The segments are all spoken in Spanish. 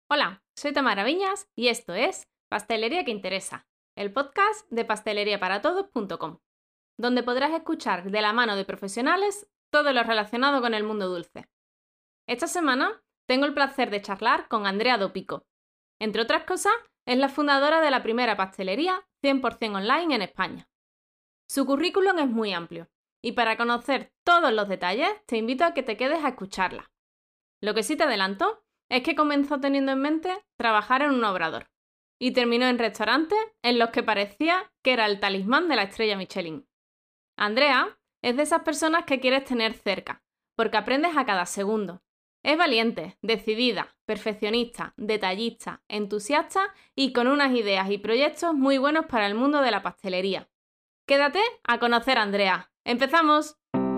Hola, soy Tamara Viñas y esto es Pastelería que Interesa, el podcast de pasteleriaparatodos.com, donde podrás escuchar de la mano de profesionales todo lo relacionado con el mundo dulce. Esta semana tengo el placer de charlar con Andrea Dopico. Entre otras cosas, es la fundadora de la primera pastelería 100% online en España. Su currículum es muy amplio y para conocer todos los detalles te invito a que te quedes a escucharla. Lo que sí te adelanto es que comenzó teniendo en mente trabajar en un obrador y terminó en restaurantes en los que parecía que era el talismán de la estrella Michelin. Andrea es de esas personas que quieres tener cerca, porque aprendes a cada segundo. Es valiente, decidida, perfeccionista, detallista, entusiasta y con unas ideas y proyectos muy buenos para el mundo de la pastelería. Quédate a conocer a Andrea. ¡Empezamos!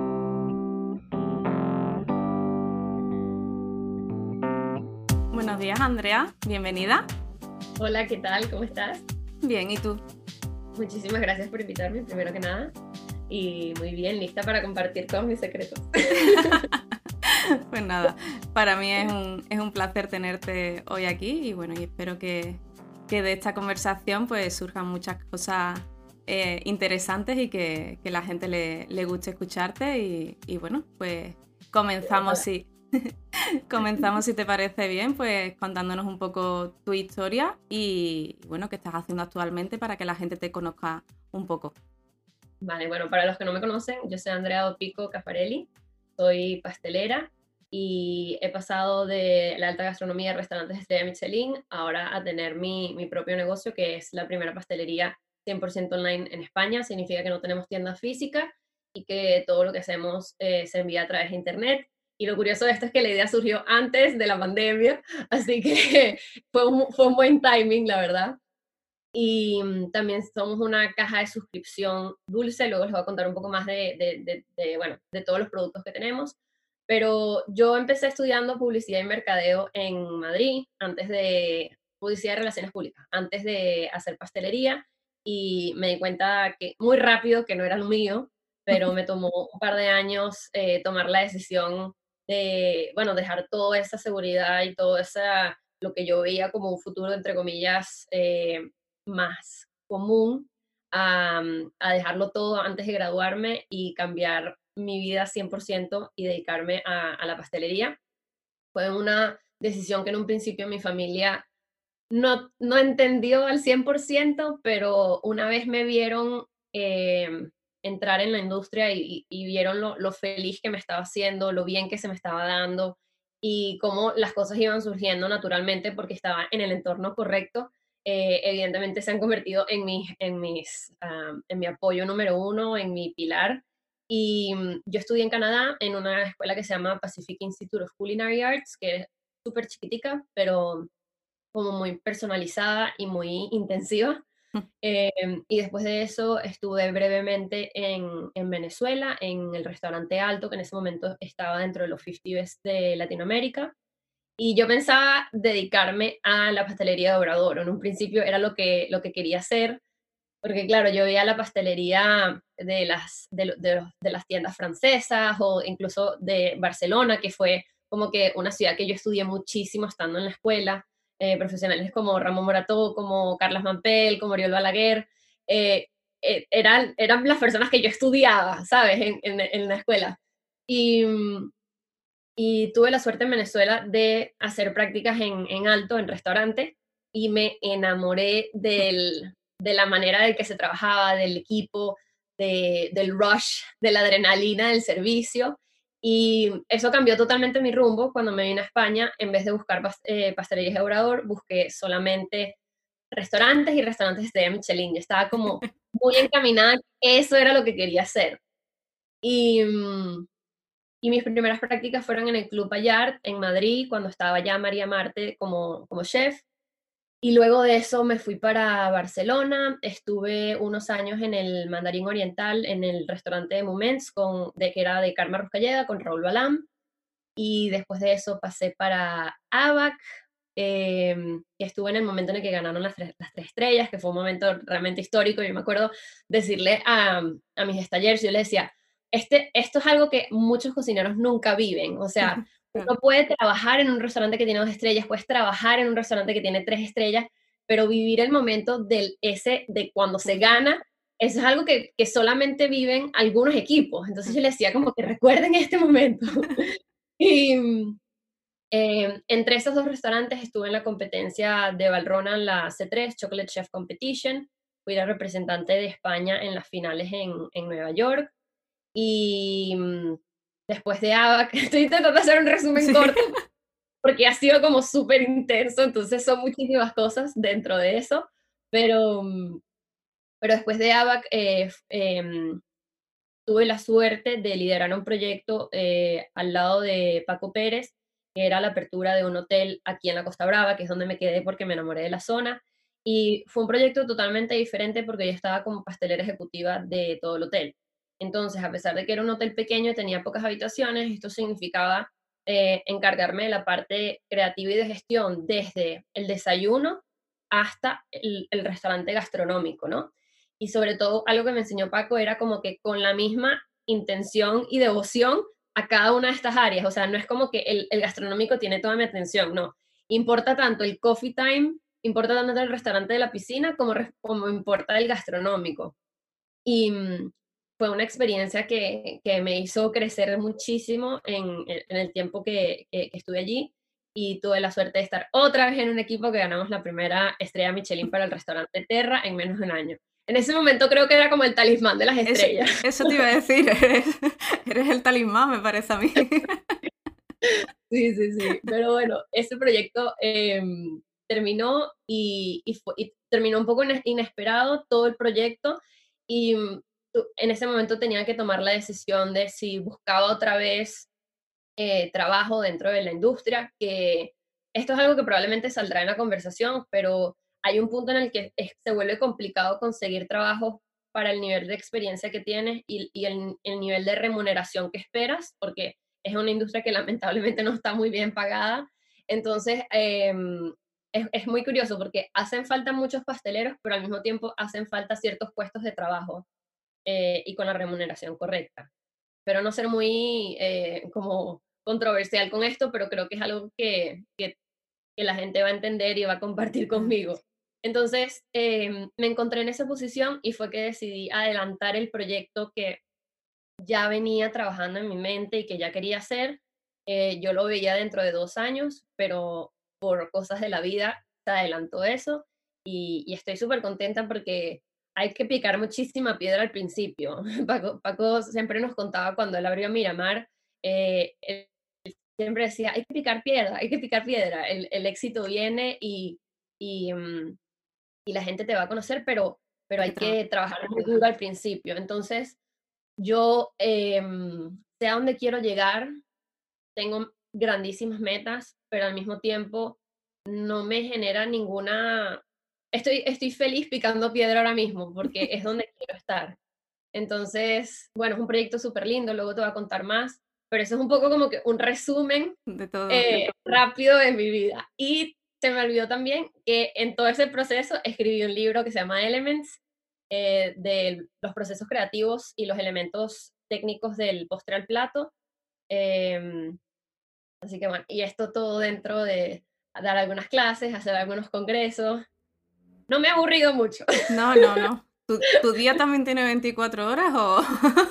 Buenos días, Andrea. Bienvenida. Hola, ¿qué tal? ¿Cómo estás? Bien, ¿y tú? Muchísimas gracias por invitarme, primero que nada. Y muy bien, lista para compartir todos mis secretos. Pues nada, para mí es un placer tenerte hoy aquí y bueno, y espero que de esta conversación pues surjan muchas cosas interesantes y que la gente le guste escucharte y bueno, pues comenzamos comenzamos si te parece bien, pues contándonos un poco tu historia y bueno, qué estás haciendo actualmente para que la gente te conozca un poco. Vale, bueno, para los que no me conocen, yo soy Andrea Dopico Caffarelli, soy pastelera y he pasado de la alta gastronomía de restaurantes de estrella Michelin ahora a tener mi propio negocio, que es la primera pastelería 100% online en España. Significa que no tenemos tienda física y que todo lo que hacemos se envía a través de internet. Y lo curioso de esto es que la idea surgió antes de la pandemia, así que fue un buen timing, la verdad. Y también somos una caja de suscripción dulce, luego les voy a contar un poco más bueno, de todos los productos que tenemos. Pero yo empecé estudiando publicidad y mercadeo en Madrid, antes de publicidad y relaciones públicas, antes de hacer pastelería, y me di cuenta que muy rápido que no era lo mío, pero me tomó un par de años tomar la decisión de, bueno, dejar toda esa seguridad y todo esa, lo que yo veía como un futuro, entre comillas, más común a dejarlo todo antes de graduarme y cambiar mi vida 100% y dedicarme a la pastelería. Fue una decisión que en un principio mi familia no entendió al 100%, pero una vez me vieron entrar en la industria y vieron lo feliz que me estaba haciendo, lo bien que se me estaba dando y cómo las cosas iban surgiendo naturalmente porque estaba en el entorno correcto, evidentemente se han convertido en mi apoyo número uno, en mi pilar. Y yo estudié en Canadá en una escuela que se llama Pacific Institute of Culinary Arts, que es súper chiquitica, pero como muy personalizada y muy intensiva. Y después de eso estuve brevemente en Venezuela, en el restaurante Alto, que en ese momento estaba dentro de los 50 Best de Latinoamérica. Y yo pensaba dedicarme a la pastelería de Obrador. En un principio era lo que quería hacer, porque claro, yo veía la pastelería de las tiendas francesas o incluso de Barcelona, que fue como que una ciudad que yo estudié muchísimo estando en la escuela, profesionales como Ramón Morató, como Carlas Mampel, como Oriol Balaguer, eh, eran las personas que yo estudiaba, ¿sabes? En la escuela. Y, y tuve la suerte en Venezuela de hacer prácticas en Alto, en restaurante, y me enamoré de la manera de que se trabajaba, del equipo, del rush, de la adrenalina del servicio. Y eso cambió totalmente mi rumbo cuando me vine a España. En vez de buscar pastelerías de Obrador, busqué solamente restaurantes y restaurantes de Michelin. Yo estaba como muy encaminada, eso era lo que quería hacer. Y, y mis primeras prácticas fueron en el Club Bayard en Madrid, cuando estaba ya María Marte como chef. Y luego de eso me fui para Barcelona, estuve unos años en el Mandarín Oriental, en el restaurante de Moments, que era de Carme Ruscalleda, con Raúl Balam. Y después de eso pasé para ABAC, que estuve en el momento en el que ganaron las tres estrellas, que fue un momento realmente histórico. Yo me acuerdo decirle a mis estallers, yo les decía, esto es algo que muchos cocineros nunca viven, o sea, Uno puede trabajar en un restaurante que tiene 2 estrellas, puedes trabajar en un restaurante que tiene 3 estrellas, pero vivir el momento de cuando se gana, eso es algo que solamente viven algunos equipos. Entonces yo le decía como que recuerden este momento. Y entre esos 2 restaurantes estuve en la competencia de Valrhona, en la C3, Chocolate Chef Competition. Fui la representante de España en las finales en Nueva York. Y después de ABAC, estoy intentando hacer un resumen Sí. corto porque ha sido como súper intenso, entonces son muchísimas cosas dentro de eso, pero, pero después de ABAC tuve la suerte de liderar un proyecto al lado de Paco Pérez, que era la apertura de un hotel aquí en la Costa Brava, que es donde me quedé porque me enamoré de la zona. Y fue un proyecto totalmente diferente porque yo estaba como pastelera ejecutiva de todo el hotel. Entonces, a pesar de que era un hotel pequeño y tenía pocas habitaciones, esto significaba encargarme de la parte creativa y de gestión desde el desayuno hasta el restaurante gastronómico, ¿no? Y sobre todo, algo que me enseñó Paco era como que con la misma intención y devoción a cada una de estas áreas. O sea, no es como que el gastronómico tiene toda mi atención, no. Importa tanto el coffee time, importa tanto el restaurante de la piscina como importa el gastronómico. Y fue una experiencia que me hizo crecer muchísimo en el tiempo que estuve allí y tuve la suerte de estar otra vez en un equipo que ganamos la primera estrella Michelin para el restaurante Terra en menos de un año. En ese momento creo que era como el talismán de las estrellas. Eso te iba a decir, eres el talismán, me parece a mí. Sí, sí, sí. Pero bueno, ese proyecto terminó y terminó un poco inesperado todo el proyecto y en ese momento tenía que tomar la decisión de si buscaba otra vez trabajo dentro de la industria, que esto es algo que probablemente saldrá en la conversación, pero hay un punto en el que se vuelve complicado conseguir trabajo para el nivel de experiencia que tienes y el nivel de remuneración que esperas, porque es una industria que lamentablemente no está muy bien pagada. Entonces, es muy curioso porque hacen falta muchos pasteleros, pero al mismo tiempo hacen falta ciertos puestos de trabajo y con la remuneración correcta. Pero no ser muy como controversial con esto, pero creo que es algo que la gente va a entender y va a compartir conmigo. Entonces, me encontré en esa posición y fue que decidí adelantar el proyecto que ya venía trabajando en mi mente y que ya quería hacer. Yo lo veía dentro de 2 años, pero por cosas de la vida se adelantó eso y estoy súper contenta porque hay que picar muchísima piedra al principio. Paco siempre nos contaba cuando él abrió Miramar, él siempre decía, hay que picar piedra, hay que picar piedra, el éxito viene y, y la gente te va a conocer, pero Hay que hay trabajar. que trabajar muy duro al principio. Entonces, yo sé a dónde quiero llegar, tengo grandísimas metas, pero al mismo tiempo no me genera ninguna... Estoy feliz picando piedra ahora mismo porque es donde quiero estar. Entonces, bueno, es un proyecto súper lindo, luego te voy a contar más, pero eso es un poco como que un resumen De todo. rápido de mi vida. Y se me olvidó también que en todo ese proceso escribí un libro que se llama Elements, de los procesos creativos y los elementos técnicos del postre al plato. Em, Así que bueno, y esto todo dentro de dar algunas clases, hacer algunos congresos. No me he aburrido mucho. No, no, no. ¿Tu día también tiene 24 horas o...?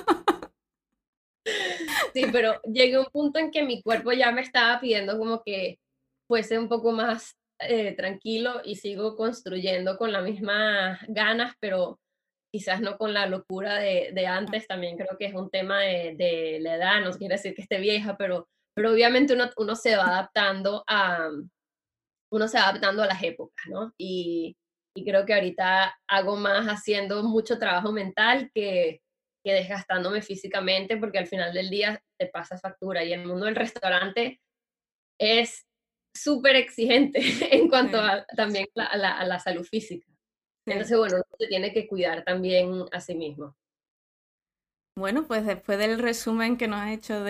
Sí, pero llegué a un punto en que mi cuerpo ya me estaba pidiendo como que fuese un poco más tranquilo y sigo construyendo con las mismas ganas, pero quizás no con la locura de antes. También creo que es un tema de la edad, no quiere decir que esté vieja, pero obviamente uno se va adaptando uno se va adaptando a las épocas, ¿no? Y creo que ahorita hago más haciendo mucho trabajo mental que desgastándome físicamente, porque al final del día te pasa factura. Y el mundo del restaurante es súper exigente en cuanto Sí, a también a la salud física. sí. Entonces, bueno, uno se tiene que cuidar también a sí mismo. Bueno, pues después del resumen que nos has hecho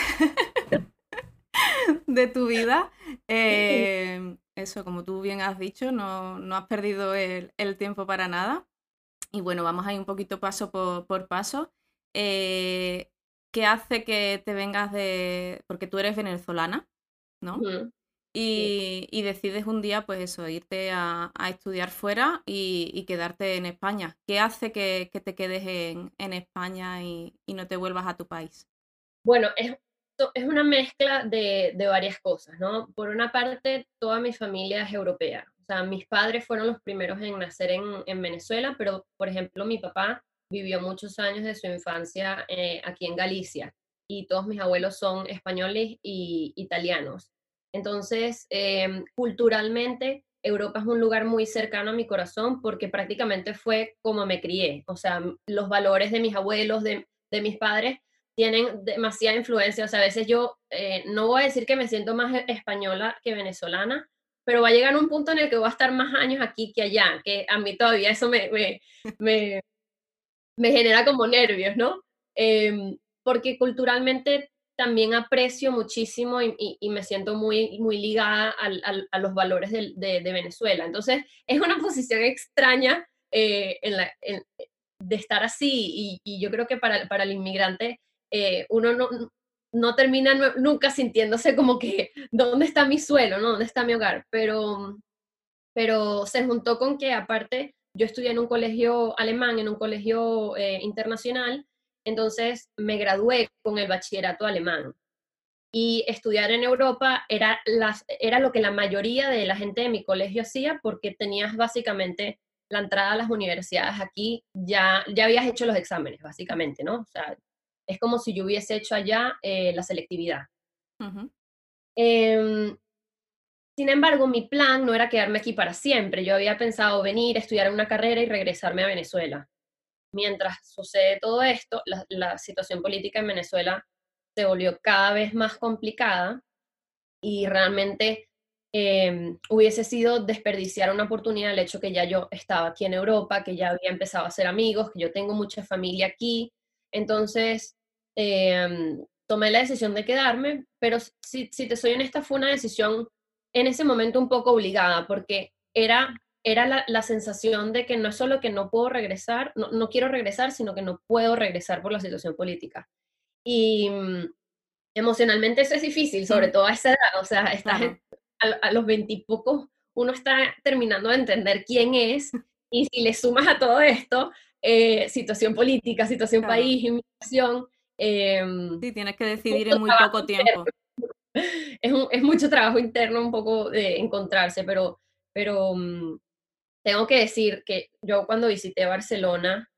de tu vida, eso, como tú bien has dicho, no has perdido el tiempo para nada. Y bueno, vamos a ir un poquito paso por paso. Eh, ¿qué hace que te vengas de...? Porque tú eres venezolana, ¿no? Ujú, sí. Y decides un día, pues eso, irte a estudiar fuera y quedarte en España. ¿Qué hace que te quedes en España y no te vuelvas a tu país? Bueno, es una mezcla de varias cosas, ¿no? Por una parte, toda mi familia es europea. O sea, mis padres fueron los primeros en nacer en Venezuela, pero, por ejemplo, mi papá vivió muchos años de su infancia aquí en Galicia y todos mis abuelos son españoles y italianos. Entonces, culturalmente, Europa es un lugar muy cercano a mi corazón porque prácticamente fue como me crié. O sea, los valores de mis abuelos, de mis padres tienen demasiada influencia. O sea, a veces yo no voy a decir que me siento más española que venezolana, pero va a llegar un punto en el que voy a estar más años aquí que allá, que a mí todavía eso me, me genera como nervios, ¿no? Porque culturalmente también aprecio muchísimo y me siento muy ligada a los valores de Venezuela. Entonces, es una posición extraña de estar así y yo creo que para el inmigrante uno no termina nunca sintiéndose como que, ¿dónde está mi suelo? ¿No? ¿Dónde está mi hogar? Pero se juntó con que aparte yo estudié en un colegio alemán, en un colegio internacional, entonces me gradué con el bachillerato alemán. Y estudiar en Europa era lo que la mayoría de la gente de mi colegio hacía porque tenías básicamente la entrada a las universidades aquí, ya habías hecho los exámenes, básicamente, ¿no? O sea, es como si yo hubiese hecho allá la selectividad. Ujú. Eh, Sin embargo, mi plan no era quedarme aquí para siempre. Yo había pensado venir, estudiar una carrera y regresarme a Venezuela. Mientras sucede todo esto, la situación política en Venezuela se volvió cada vez más complicada y realmente hubiese sido desperdiciar una oportunidad el hecho que ya yo estaba aquí en Europa, que ya había empezado a hacer amigos, que yo tengo mucha familia aquí. Entonces, tomé la decisión de quedarme, pero si te soy honesta, fue una decisión en ese momento un poco obligada, porque era la sensación de que no es solo que no puedo regresar, no quiero regresar, sino que no puedo regresar por la situación política. Y emocionalmente eso es difícil, sobre Mm, todo a esa edad, o sea, claro. a los veintipocos, uno está terminando de entender quién es, y si le sumas a todo esto, situación política, situación Claro. país, inmigración, Sí, tienes que decidir en mucho muy trabajo poco tiempo. interno, es mucho trabajo interno un poco de encontrarse, pero tengo que decir que yo cuando visité Barcelona,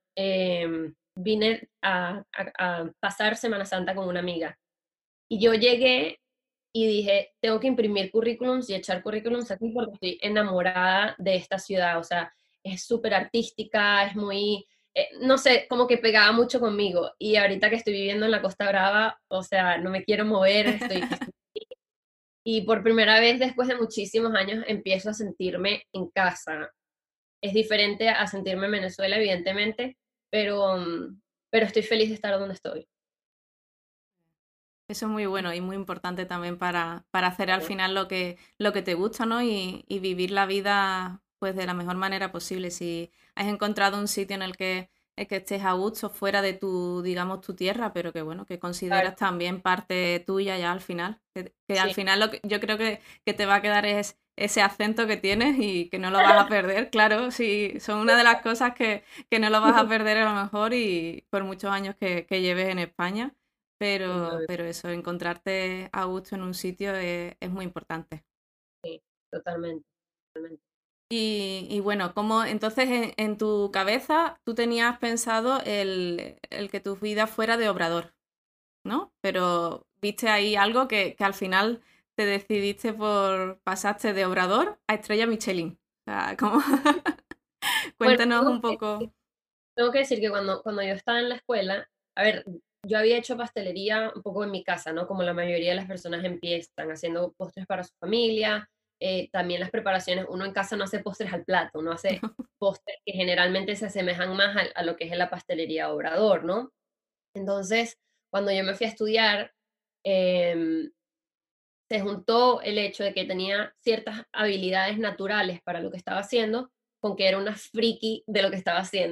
vine a pasar Semana Santa con una amiga. Y yo llegué y dije, tengo que imprimir currículums y echar currículums aquí porque estoy enamorada de esta ciudad. O sea, es súper artística, es muy, no sé, como que pegaba mucho conmigo. Y ahorita que estoy viviendo en la Costa Brava, o sea, no me quiero mover, y por primera vez después de muchísimos años empiezo a sentirme en casa. Es diferente a sentirme en Venezuela, evidentemente, pero, pero estoy feliz de estar donde estoy. Eso es muy bueno y muy importante también para hacer al final lo que te gusta, ¿no? Y vivir la vida pues de la mejor manera posible. Si has encontrado un sitio en el que estés a gusto fuera de tu, digamos, tu tierra, pero que bueno, que Claro, consideras también parte tuya ya al final. Que al sí, final yo creo que te va a quedar es ese acento que tienes y que no lo vas a perder. Claro, sí, son una de las cosas que no lo vas a perder a lo mejor y por muchos años que lleves en España. sin duda, Pero eso, encontrarte a gusto en un sitio es muy importante. sí, totalmente, totalmente. Y bueno, como entonces en tu cabeza tú tenías pensado el que tu vida fuera de obrador, ¿no? Pero viste ahí algo que al final te decidiste por pasaste de obrador a estrella Michelin. O sea, como Bueno, cuéntanos un poco. tengo que decir que cuando yo estaba en la escuela, a ver, yo había hecho pastelería un poco en mi casa, ¿no? Como la mayoría de las personas empiezan haciendo postres para su familia, también las preparaciones, uno en casa no hace postres al plato, uno hace postres que generalmente se asemejan más a lo que es en la pastelería Obrador, ¿no? Entonces, cuando yo me fui a estudiar, em, se juntó el hecho de que tenía ciertas habilidades naturales para lo que estaba haciendo, con que era una friki de lo que estaba haciendo.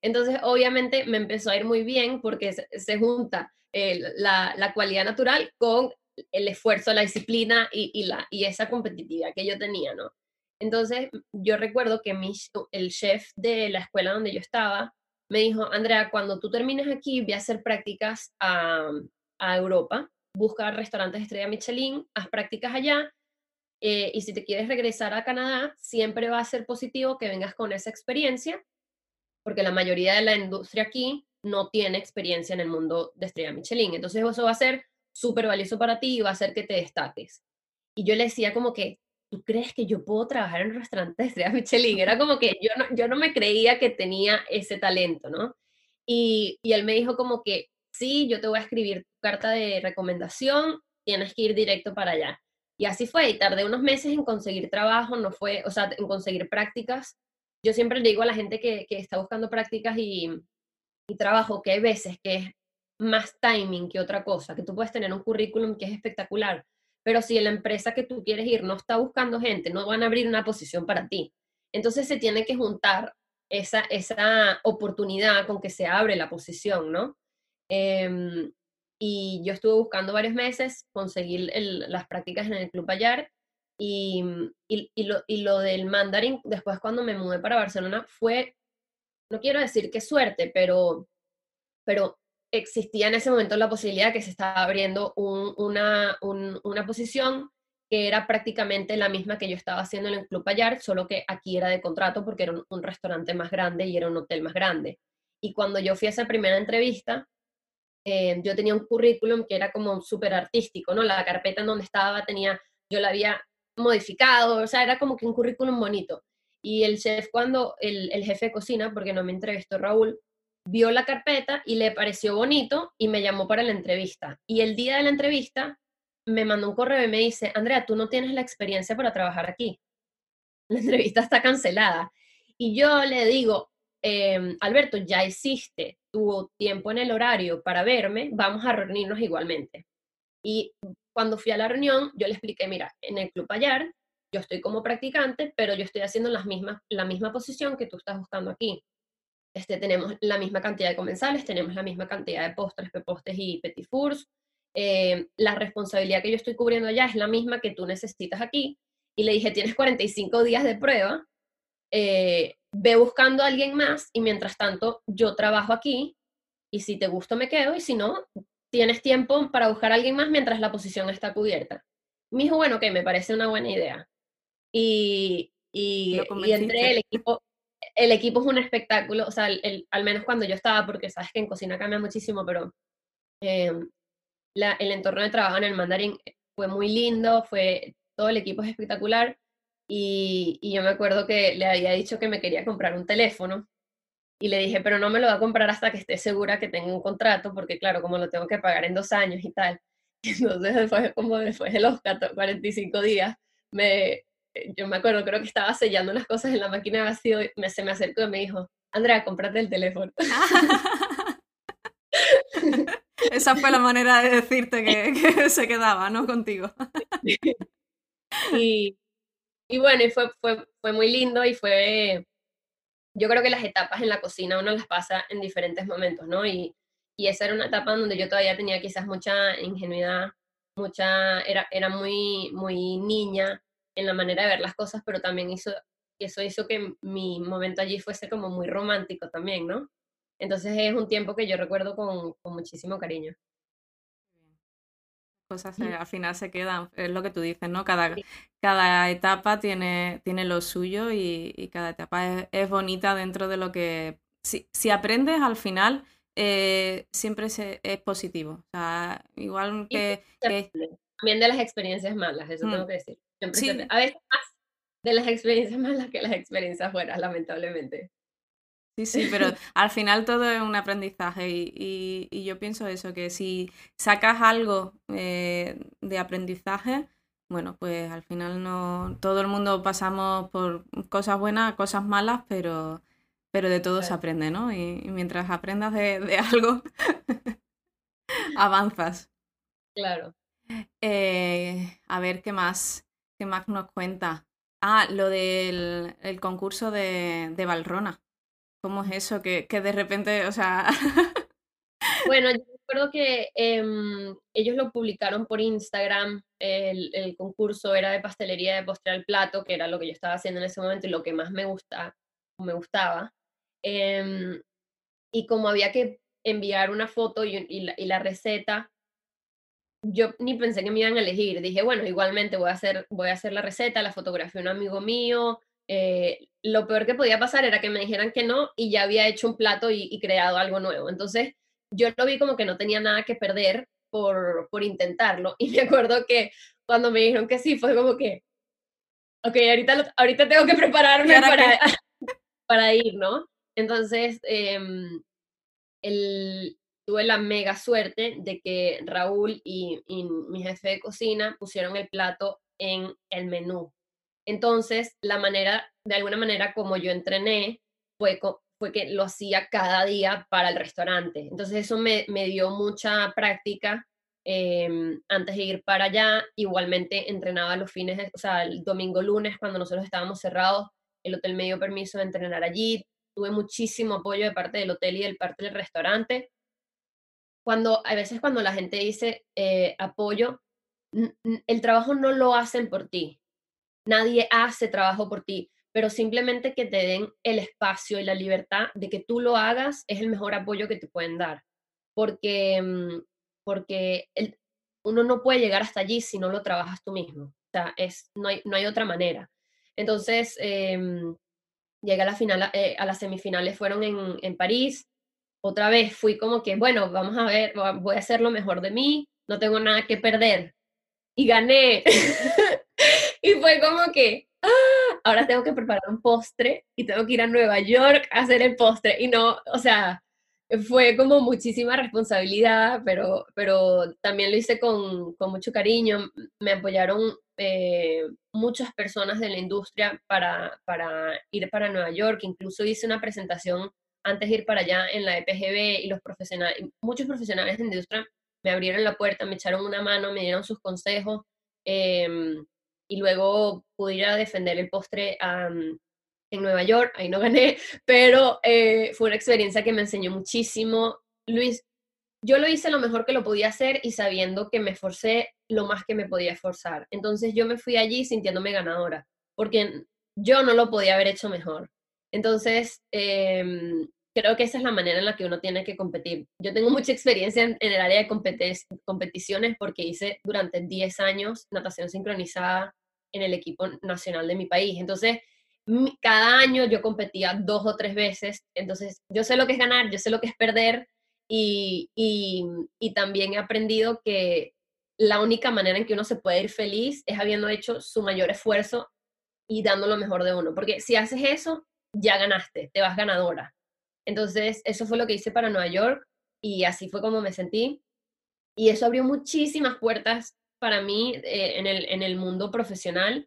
Entonces, obviamente, me empezó a ir muy bien porque se junta la cualidad natural con el esfuerzo, la disciplina y esa competitividad que yo tenía, ¿no? Entonces, yo recuerdo que el chef de la escuela donde yo estaba me dijo, Andrea, cuando tú termines aquí, voy a hacer prácticas a Europa, busca restaurantes estrella Michelin, haz prácticas allá, y si te quieres regresar a Canadá, siempre va a ser positivo que vengas con esa experiencia, porque la mayoría de la industria aquí no tiene experiencia en el mundo de estrella Michelin. Entonces eso va a ser súper valioso para ti y va a hacer que te destaques. Y yo le decía como que, ¿tú crees que yo puedo trabajar en un restaurante de estrella Michelin? Era como que yo no me creía que tenía ese talento, ¿no? Y él me dijo como que, sí, yo te voy a escribir tu carta de recomendación, tienes que ir directo para allá. Y así fue, y tardé unos meses en conseguir trabajo, no fue, o sea, en conseguir prácticas. Yo siempre le digo a la gente que está buscando prácticas y trabajo que hay veces que es más timing que otra cosa, que tú puedes tener un currículum que es espectacular, pero si la empresa que tú quieres ir no está buscando gente, no van a abrir una posición para ti. Entonces se tiene que juntar esa oportunidad con que se abre la posición, ¿no? Eh, y yo estuve buscando varios meses, conseguí las prácticas en el Club Bayard y lo del mandarín, después cuando me mudé para Barcelona, fue, no quiero decir qué suerte, pero existía en ese momento la posibilidad que se estaba abriendo una posición que era prácticamente la misma que yo estaba haciendo en el Club Payar, solo que aquí era de contrato porque era un restaurante más grande y era un hotel más grande. Y cuando yo fui a esa primera entrevista, yo tenía un currículum que era como súper artístico, ¿no? La carpeta en donde estaba yo la había modificado, o sea, era como que un currículum bonito. Y el chef, el jefe de cocina, porque no me entrevistó Raúl, vio la carpeta y le pareció bonito y me llamó para la entrevista. Y el día de la entrevista me mandó un correo y me dice, Andrea, tú no tienes la experiencia para trabajar aquí. La entrevista está cancelada. Y yo le digo, Alberto, ya hiciste tu tiempo en el horario para verme, vamos a reunirnos igualmente. Y cuando fui a la reunión, yo le expliqué, mira, en el Club Payar, yo estoy como practicante, pero yo estoy haciendo la misma posición que tú estás buscando aquí. Tenemos la misma cantidad de comensales, tenemos la misma cantidad de postres, pepostes y petit fours. La responsabilidad que yo estoy cubriendo allá es la misma que tú necesitas aquí. Y le dije, tienes 45 días de prueba, ve buscando a alguien más y mientras tanto yo trabajo aquí y si te gusta me quedo y si no, tienes tiempo para buscar a alguien más mientras la posición está cubierta. Me dijo, bueno, que me parece una buena idea. Lo Y entre convenciste. el equipo es un espectáculo, o sea, al menos cuando yo estaba, porque sabes que en cocina cambia muchísimo, pero eh, el entorno de trabajo en el Mandarín fue muy lindo, todo el equipo es espectacular. Y yo me acuerdo que le había dicho que me quería comprar un teléfono y le dije, pero no me lo va a comprar hasta que esté segura que tengo un contrato, porque claro, como lo tengo que pagar en 2 años y tal. Entonces, después de los 45 días, yo me acuerdo, creo que estaba sellando unas cosas en la máquina de vacío y se me acercó y me dijo, Andrea, cómprate el teléfono. Esa fue la manera de decirte que se quedaba, ¿no? Contigo. Y, y bueno, fue muy lindo y yo creo que las etapas en la cocina uno las pasa en diferentes momentos, ¿no? Y esa era una etapa donde yo todavía tenía quizás mucha ingenuidad, era muy, muy niña en la manera de ver las cosas, pero también eso hizo que mi momento allí fuese como muy romántico también, ¿no? Entonces es un tiempo que yo recuerdo con muchísimo cariño. Cosas al final se quedan, es lo que tú dices, ¿no? Cada etapa tiene lo suyo y cada etapa es bonita dentro de lo que... Si aprendes al final, siempre es positivo. O sea, igual Y también de las experiencias malas, eso Mm, tengo que decir. sí, A veces más de las experiencias malas que las experiencias buenas, lamentablemente. sí, sí, pero al final todo es un aprendizaje y yo pienso eso, que si sacas algo de aprendizaje, bueno, pues al final no, todo el mundo pasamos por cosas buenas, cosas malas, pero de todo se Claro. aprende, ¿no? Y mientras aprendas de algo, avanzas. Claro. A ver, qué más nos cuenta? Ah, lo del el concurso de Valrona. ¿Cómo es eso? Que de repente, o sea... Bueno, yo recuerdo que ellos lo publicaron por Instagram, el concurso era de pastelería de postre al plato, que era lo que yo estaba haciendo en ese momento y lo que más me gustaba. Em, y como había que enviar una foto y la receta, yo ni pensé que me iban a elegir. Dije, bueno, igualmente voy a hacer la receta, la fotografía de un amigo mío. Lo peor que podía pasar era que me dijeran que no y ya había hecho un plato y creado algo nuevo. Entonces, yo lo vi como que no tenía nada que perder por intentarlo. Y me acuerdo que cuando me dijeron que sí, fue como que, ok, ahorita tengo que ¿Y prepararme ahora qué? para ir, ¿no? Entonces, tuve la mega suerte de que Raúl y mi jefe de cocina pusieron el plato en el menú. Entonces, de alguna manera, como yo entrené, fue que lo hacía cada día para el restaurante. Entonces, eso me dio mucha práctica antes de ir para allá. Igualmente, entrenaba o sea, el domingo, lunes, cuando nosotros estábamos cerrados, el hotel me dio permiso de entrenar allí. Tuve muchísimo apoyo de parte del hotel y de parte del restaurante. A veces cuando la gente dice apoyo, el trabajo no lo hacen por ti, nadie hace trabajo por ti, pero simplemente que te den el espacio y la libertad de que tú lo hagas es el mejor apoyo que te pueden dar, porque, porque uno no puede llegar hasta allí si no lo trabajas tú mismo, o sea, no hay otra manera. Entonces, llegué a a las semifinales fueron en París. Otra vez fui como que, bueno, vamos a ver, voy a hacer lo mejor de mí, no tengo nada que perder. Y gané. Y fue como que, ahora tengo que preparar un postre y tengo que ir a Nueva York a hacer el postre. Y no, o sea, fue como muchísima responsabilidad, pero también lo hice con mucho cariño. Me apoyaron muchas personas de la industria para ir para Nueva York. Incluso hice una presentación antes de ir para allá en la EPGB y muchos profesionales de la industria me abrieron la puerta, me echaron una mano, me dieron sus consejos. Y luego pude ir a defender el postre en Nueva York, ahí no gané, pero fue una experiencia que me enseñó muchísimo. Luis, yo lo hice lo mejor que lo podía hacer y sabiendo que me esforcé lo más que me podía esforzar. Entonces yo me fui allí sintiéndome ganadora, porque yo no lo podía haber hecho mejor. Entonces, creo que esa es la manera en la que uno tiene que competir. Yo tengo mucha experiencia en el área de competiciones porque hice durante 10 años natación sincronizada en el equipo nacional de mi país. Entonces, cada año yo competía 2 o 3 veces. Entonces, yo sé lo que es ganar, yo sé lo que es perder y también he aprendido que la única manera en que uno se puede ir feliz es habiendo hecho su mayor esfuerzo y dando lo mejor de uno. Porque si haces eso, ya ganaste, te vas ganadora. Entonces, eso fue lo que hice para Nueva York y así fue como me sentí. Y eso abrió muchísimas puertas para mí en el mundo profesional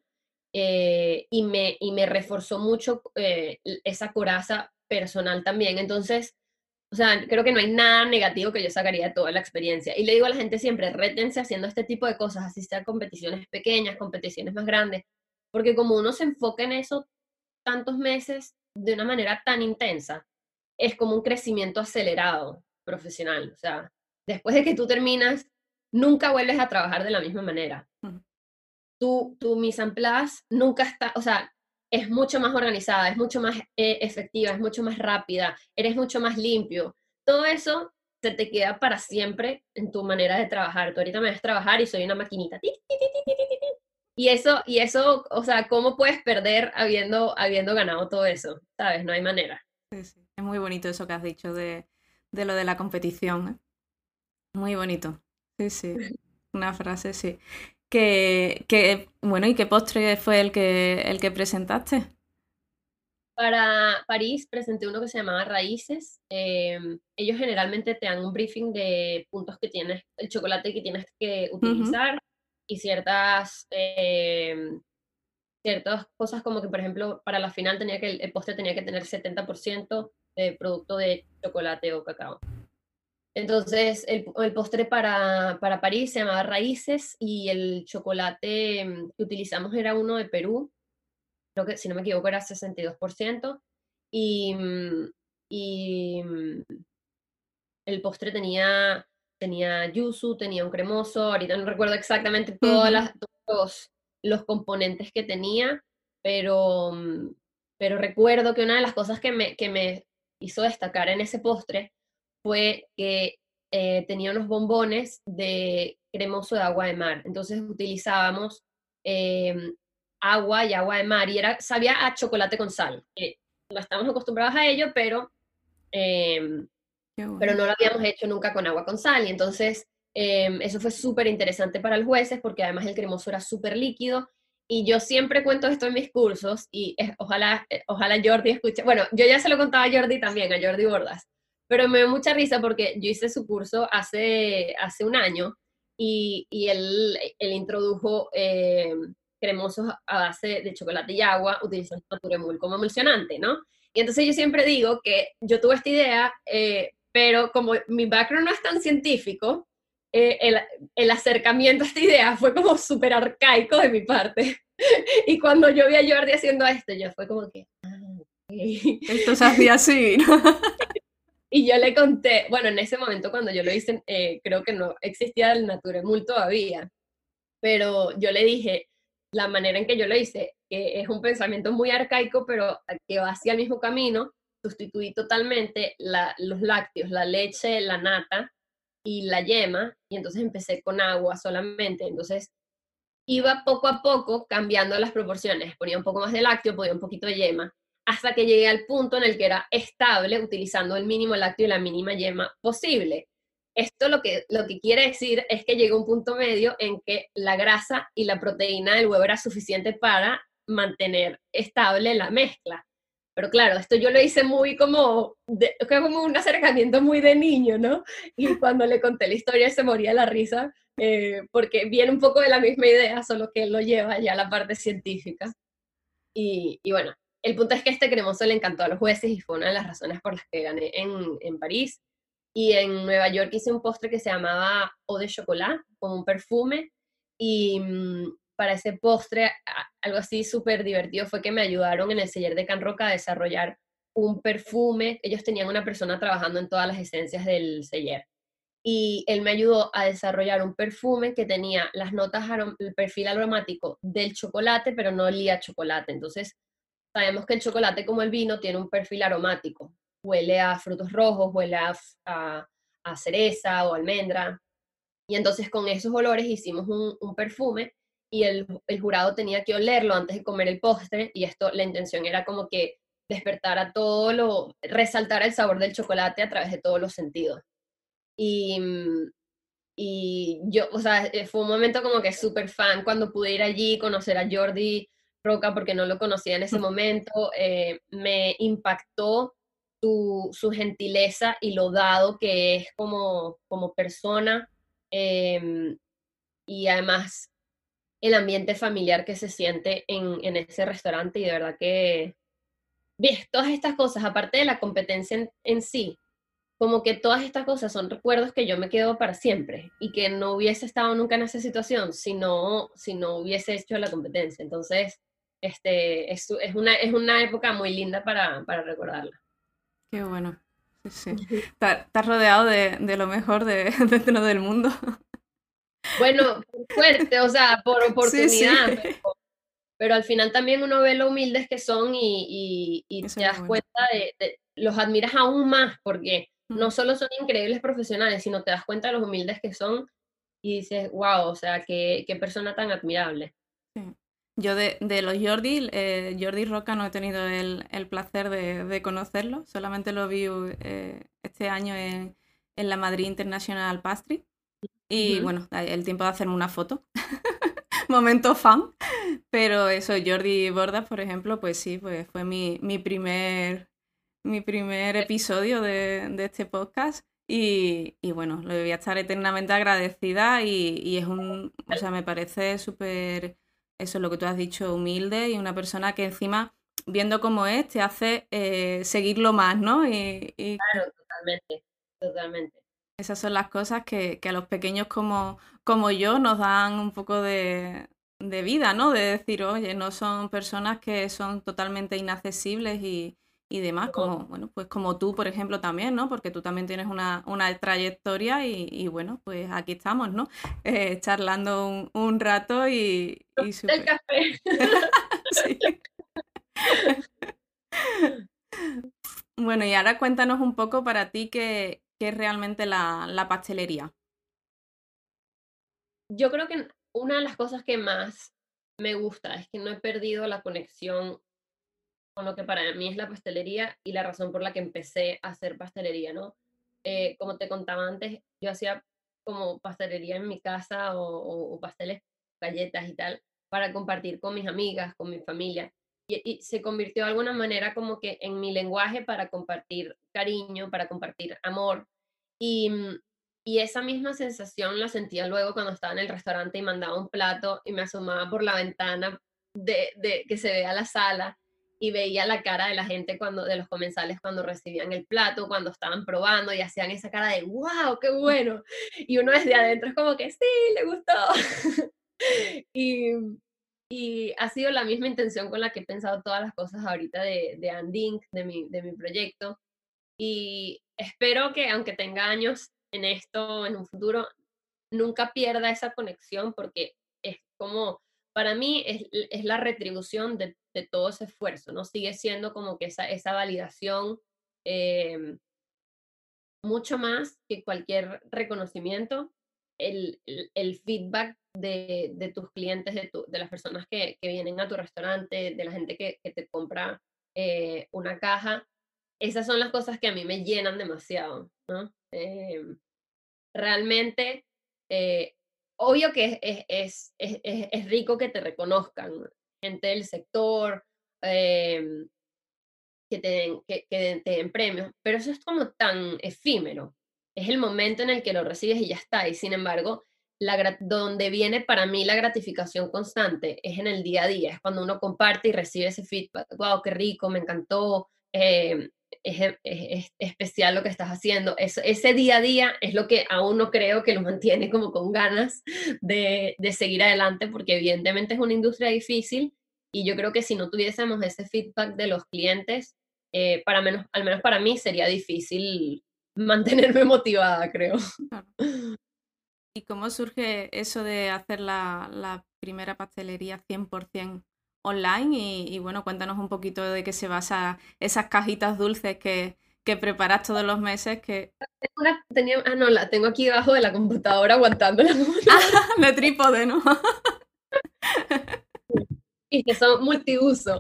y me reforzó mucho esa coraza personal también. Entonces, o sea, creo que no hay nada negativo que yo sacaría de toda la experiencia. Y le digo a la gente siempre, rétense haciendo este tipo de cosas, así sea competiciones pequeñas, competiciones más grandes, porque como uno se enfoca en eso tantos meses de una manera tan intensa, es como un crecimiento acelerado profesional. O sea, después de que tú terminas, nunca vuelves a trabajar de la misma manera. Mm. Tu mise en place nunca está, o sea, es mucho más organizada, es mucho más efectiva, es mucho más rápida, eres mucho más limpio. Todo eso se te queda para siempre en tu manera de trabajar. Tú ahorita me ves trabajar y soy una maquinita. Ti, ti, ti, ti, ti, ti, ti. Y eso, o sea, ¿cómo puedes perder habiendo ganado todo eso? ¿Sabes? No hay manera. Sí, sí. Es muy bonito eso que has dicho de lo de la competición, ¿eh? Muy bonito. Sí, sí. Una frase, sí. Bueno, ¿y qué postre fue el que presentaste? Para París presenté uno que se llamaba Raíces. Ellos generalmente te dan un briefing de puntos que tienes, el chocolate que tienes que Ujú. utilizar y ciertas cosas como que, por ejemplo, para la final el postre tenía que tener 70% de producto de chocolate o cacao. Entonces, el postre para París se llamaba Raíces y el chocolate que utilizamos era uno de Perú, creo que si no me equivoco era 62%, y, y el postre tenía yuzu, tenía un cremoso, ahorita no recuerdo exactamente todos los componentes que tenía, pero, pero recuerdo que una de las cosas que me hizo destacar en ese postre fue que tenía unos bombones de cremoso de agua de mar. Entonces utilizábamos agua y agua de mar y sabía a chocolate con sal. No estamos acostumbrados a ello, em, Qué pero bueno. no lo habíamos hecho nunca con agua con sal. Y entonces eso fue súper interesante para los jueces porque además el cremoso era súper líquido. Y yo siempre cuento esto en mis cursos y ojalá Jordi escuche. Bueno, yo ya se lo contaba a Jordi también, a Jordi Bordas, pero me dio mucha risa porque yo hice su curso hace un año y él introdujo cremosos a base de chocolate y agua utilizando Naturemul como emulsionante, ¿no? Y entonces yo siempre digo que yo tuve esta idea, pero como mi background no es tan científico, el acercamiento a esta idea fue como súper arcaico de mi parte. Y cuando yo vi a Jordi haciendo esto, yo fue como que, okay. Esto se hacía así, ¿no? Y yo le conté, bueno, en ese momento cuando yo lo hice, creo que no existía el Naturemul todavía, pero yo le dije, la manera en que yo lo hice, que es un pensamiento muy arcaico, pero que va hacia el mismo camino, sustituí totalmente los lácteos, la leche, la nata y la yema, y entonces empecé con agua solamente. Entonces iba poco a poco cambiando las proporciones, ponía un poco más de lácteo, ponía un poquito de yema, hasta que llegué al punto en el que era estable utilizando el mínimo lácteo y la mínima yema posible. Esto lo que quiere decir es que llegó un punto medio en que la grasa y la proteína del huevo era suficiente para mantener estable la mezcla. Pero claro, esto yo lo hice muy como un acercamiento muy de niño, ¿no? Y cuando le conté la historia se moría la risa, porque viene un poco de la misma idea, solo que él lo lleva ya a la parte científica. Y bueno, el punto es que este cremoso le encantó a los jueces y fue una de las razones por las que gané en París. Y en Nueva York hice un postre que se llamaba Eau de Chocolat, como un perfume. Y para ese postre, algo así súper divertido fue que me ayudaron en el Celler de Can Roca a desarrollar un perfume. Ellos tenían una persona trabajando en todas las esencias del Celler y él me ayudó a desarrollar un perfume que tenía las notas, el perfil aromático del chocolate, pero no olía a chocolate. Entonces, sabemos que el chocolate, como el vino, tiene un perfil aromático. Huele a frutos rojos, huele a cereza o almendra. Y entonces con esos olores hicimos un perfume y el jurado tenía que olerlo antes de comer el postre y esto, la intención era como que despertara resaltar el sabor del chocolate a través de todos los sentidos. Y, y yo, o sea, fue un momento como que súper fan cuando pude ir allí, conocer a Jordi Roca porque no lo conocía en ese momento, me impactó su gentileza y lo dado que es como persona, eh, y además el ambiente familiar que se siente en ese restaurante y de verdad que, ves, todas estas cosas, aparte de la competencia en sí, como que todas estas cosas son recuerdos que yo me quedo para siempre y que no hubiese estado nunca en esa situación si no hubiese hecho la competencia. Entonces, es una época muy linda para recordarla. Qué bueno. Sí, sí. Estás rodeado de lo mejor dentro del mundo. Bueno, por suerte, o sea, por Sí, sí. oportunidad, pero al final también uno ve lo humildes que son y Eso te es lo das bueno. cuenta los admiras aún más porque Mm. no solo son increíbles profesionales, sino te das cuenta de los humildes que son y dices, wow, o sea, qué persona tan admirable. Sí. Yo de los Jordi, Jordi Roca no he tenido el placer de conocerlo, solamente lo vi este año en la Madrid International Pastry y Ujú. bueno, el tiempo de hacerme una foto, momento fan, pero eso, Jordi Bordas, por ejemplo, pues sí, pues fue mi primer episodio de este podcast y bueno, le voy a estar eternamente agradecida y o sea, me parece súper, eso es lo que tú has dicho, humilde y una persona que encima, viendo cómo es, te hace seguirlo más, ¿no? Y Claro, totalmente, totalmente. esas son las cosas que a los pequeños como yo nos dan un poco de vida, ¿no? De decir, oye, no son personas que son totalmente inaccesibles y demás, como, bueno, pues como tú, por ejemplo, también, ¿no? Porque tú también tienes una trayectoria y bueno, pues aquí estamos, ¿no? Charlando un rato y El súper. café. Sí. Bueno, y ahora cuéntanos un poco para ti qué es realmente la pastelería. Yo creo que una de las cosas que más me gusta es que no he perdido la conexión con lo que para mí es la pastelería y la razón por la que empecé a hacer pastelería, ¿no? Como te contaba antes, yo hacía como pastelería en mi casa o pasteles, galletas y tal, para compartir con mis amigas, con mi familia. Y se convirtió de alguna manera como que en mi lenguaje para compartir cariño, para compartir amor. Y, y esa misma sensación la sentía luego cuando estaba en el restaurante y mandaba un plato y me asomaba por la ventana de que se vea la sala y veía la cara de la gente de los comensales cuando recibían el plato, cuando estaban probando y hacían esa cara de wow, qué bueno. Y uno desde adentro es como que sí, le gustó. y, y ha sido la misma intención con la que he pensado todas las cosas ahorita de Andink, de mi proyecto. Y espero que aunque tenga años en esto, en un futuro, nunca pierda esa conexión porque es como, para mí es la retribución de todo ese esfuerzo, ¿no? Sigue siendo como que esa validación eh, mucho más que cualquier reconocimiento, el feedback de tus clientes, de las personas que vienen a tu restaurante, de la gente que te compra una caja, esas son las cosas que a mí me llenan demasiado, ¿no? Realmente, eh, obvio que es rico que te reconozcan, gente del sector, em, que te den premios, pero eso es como tan efímero. Es el momento en el que lo recibes y ya está. Y sin embargo, donde viene para mí la gratificación constante es en el día a día, es cuando uno comparte y recibe ese feedback. Wow, qué rico, me encantó, es especial lo que estás haciendo. Ese día a día es lo que aún no creo que lo mantiene como con ganas de seguir adelante, porque evidentemente es una industria difícil y yo creo que si no tuviésemos ese feedback de los clientes, al menos para mí sería difícil mantenerme motivada, creo. Claro. ¿Y cómo surge eso de hacer la primera pastelería 100% online? Y bueno, cuéntanos un poquito de qué se basa esas cajitas dulces que preparas todos los meses que... No, la tengo aquí debajo de la computadora aguantando la computadora. Ah, de trípode, ¿no? Y que son multiuso.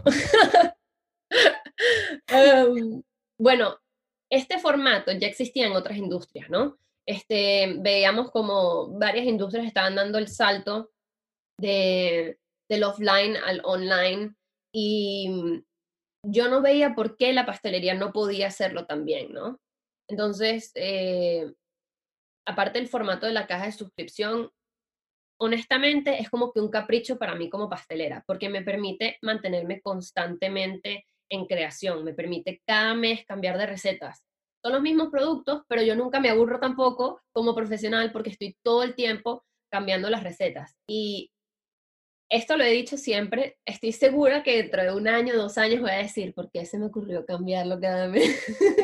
Um, bueno, este formato ya existía en otras industrias, ¿no? Veíamos como varias industrias estaban dando el salto de, del offline al online y yo no veía por qué la pastelería no podía hacerlo también, ¿no? Entonces, aparte del formato de la caja de suscripción, honestamente es como que un capricho para mí como pastelera, porque me permite mantenerme constantemente en creación, me permite cada mes cambiar de recetas. Son los mismos productos, pero yo nunca me aburro tampoco como profesional porque estoy todo el tiempo cambiando las recetas. Y esto lo he dicho siempre, estoy segura que dentro de un año, 2 años voy a decir, ¿por qué se me ocurrió cambiarlo cada mes?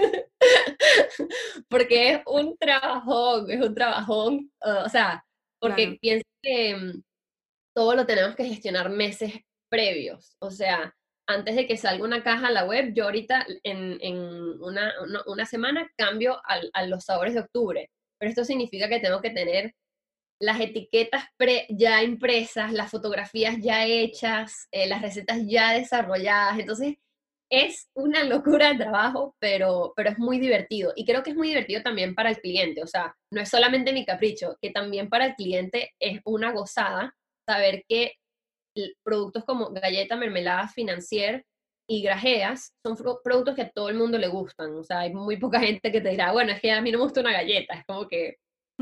Porque es un trabajón, o sea, porque Claro. pienso que todo lo tenemos que gestionar meses previos, o sea, antes de que salga una caja a la web, yo ahorita en una semana cambio a los sabores de octubre, pero esto significa que tengo que tener las etiquetas ya impresas, las fotografías ya hechas, las recetas ya desarrolladas. Entonces, es una locura de trabajo, pero es muy divertido. Y creo que es muy divertido también para el cliente. O sea, no es solamente mi capricho, que también para el cliente es una gozada saber que productos como galleta, mermelada, financier y grajeas son productos que a todo el mundo le gustan. O sea, hay muy poca gente que te dirá, bueno, es que a mí no me gusta una galleta. Es como que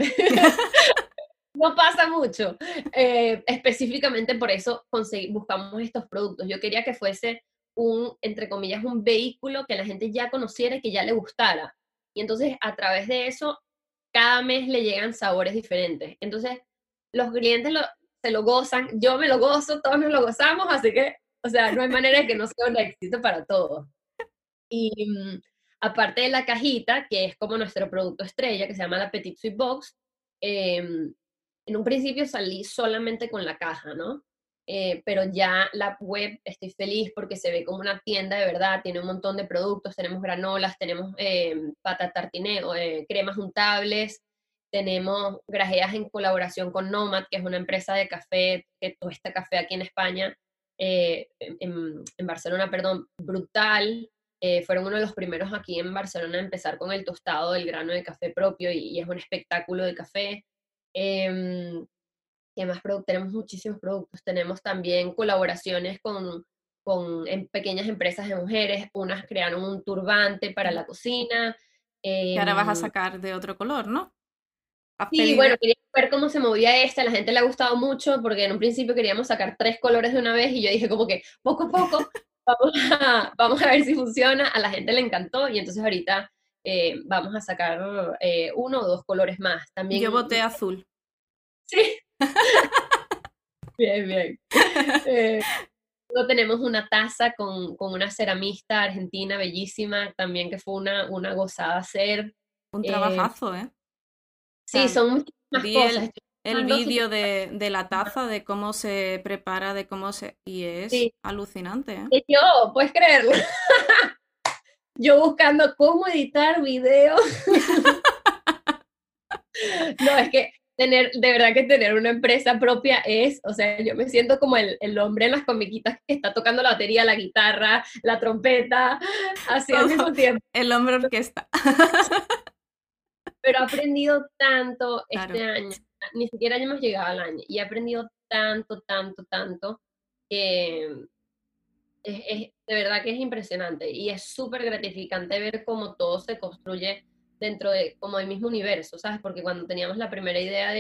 no pasa mucho. Específicamente por eso buscamos estos productos. Yo quería que fuese entre comillas, un vehículo que la gente ya conociera y que ya le gustara. Y entonces, a través de eso, cada mes le llegan sabores diferentes. Entonces, los clientes se lo gozan, yo me lo gozo, todos nos lo gozamos, así que, o sea, no hay manera de que no sea un éxito para todos. Y aparte de la cajita, que es como nuestro producto estrella, que se llama la Petit Sweet Box, en un principio salí solamente con la caja, ¿no? Pero ya la web estoy feliz porque se ve como una tienda de verdad, tiene un montón de productos, tenemos granolas, tenemos pata tartine, cremas untables, tenemos grajeas en colaboración con Nomad, que es una empresa de café que tuesta café aquí en España, en Barcelona, perdón, brutal. Fueron uno de los primeros aquí en Barcelona a empezar con el tostado del grano de café propio y es un espectáculo de café. ¿Qué más productos? Tenemos muchísimos productos. Tenemos también colaboraciones con pequeñas empresas de mujeres. Unas crearon un turbante para la cocina. Que ahora vas a Em, sacar de otro color, ¿no? ¿Has sí, pedido? bueno, quería ver cómo se movía esta. A la gente le ha gustado mucho porque en un principio queríamos sacar 3 colores de una vez y yo dije como que poco a poco vamos a ver si funciona. A la gente le encantó y entonces ahorita vamos a sacar 1 o 2 colores más. Yo También, voté azul. sí, bien, bien. Eh, Luego tenemos una taza con una ceramista argentina bellísima, también que fue una gozada hacer. Un Eh, trabajazo, ¿eh? O sí, sea, son muchísimas vi cosas. el, Estoy el pensando si vídeo de la taza, de cómo se prepara, de cómo se... Y es sí, alucinante, ¿eh? y yo, puedes creerlo. Yo buscando cómo editar videos. No, es que de verdad que tener una empresa propia es, o sea, yo me siento como el hombre en las comiquitas que está tocando la batería, la guitarra, la trompeta, así al mismo Todo. tiempo. El hombre orquesta. Pero he aprendido tanto este Claro. año, ni siquiera hemos llegado al año, y he aprendido tanto, tanto, tanto, que de verdad que es impresionante y es súper gratificante ver cómo todo se construye dentro de como el mismo universo, ¿sabes? Porque cuando teníamos la primera idea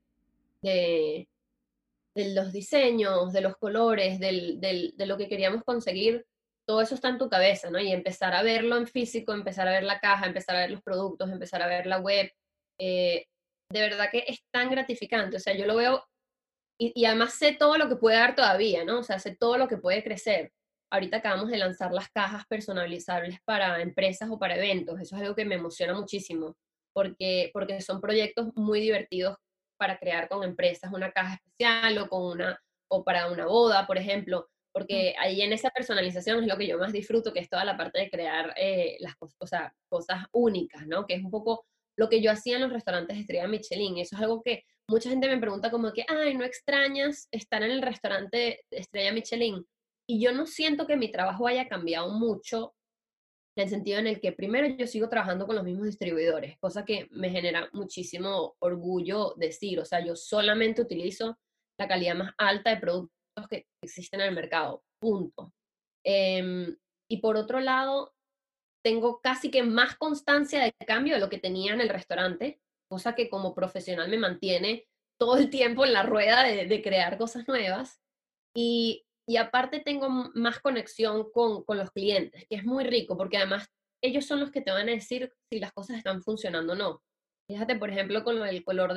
de, de los diseños, de los colores, de lo que queríamos conseguir, todo eso está en tu cabeza, ¿no? Y empezar a verlo en físico, empezar a ver la caja, empezar a ver los productos, empezar a ver la web, eh, de verdad que es tan gratificante, o sea, yo lo veo y además sé todo lo que puede dar todavía, ¿no? O sea, sé todo lo que puede crecer. Ahorita acabamos de lanzar las cajas personalizables para empresas o para eventos, eso es algo que me emociona muchísimo, porque son proyectos muy divertidos para crear con empresas una caja especial o para una boda, por ejemplo, Mm. porque ahí en esa personalización es lo que yo más disfruto, que es toda la parte de crear las cosas, o sea, cosas únicas, ¿no? Que es un poco lo que yo hacía en los restaurantes de estrella Michelin. Eso es algo que mucha gente me pregunta como que, ay, ¿no extrañas estar en el restaurante de estrella Michelin? Y yo no siento que mi trabajo haya cambiado mucho en el sentido en el que primero yo sigo trabajando con los mismos distribuidores, cosa que me genera muchísimo orgullo decir, o sea, yo solamente utilizo la calidad más alta de productos que existen en el mercado, punto. Em, y por otro lado, tengo casi que más constancia de cambio de lo que tenía en el restaurante, cosa que como profesional me mantiene todo el tiempo en la rueda de crear cosas nuevas. Y aparte tengo más conexión con los clientes, que es muy rico, porque además ellos son los que te van a decir si las cosas están funcionando o no. Fíjate, por ejemplo, con el color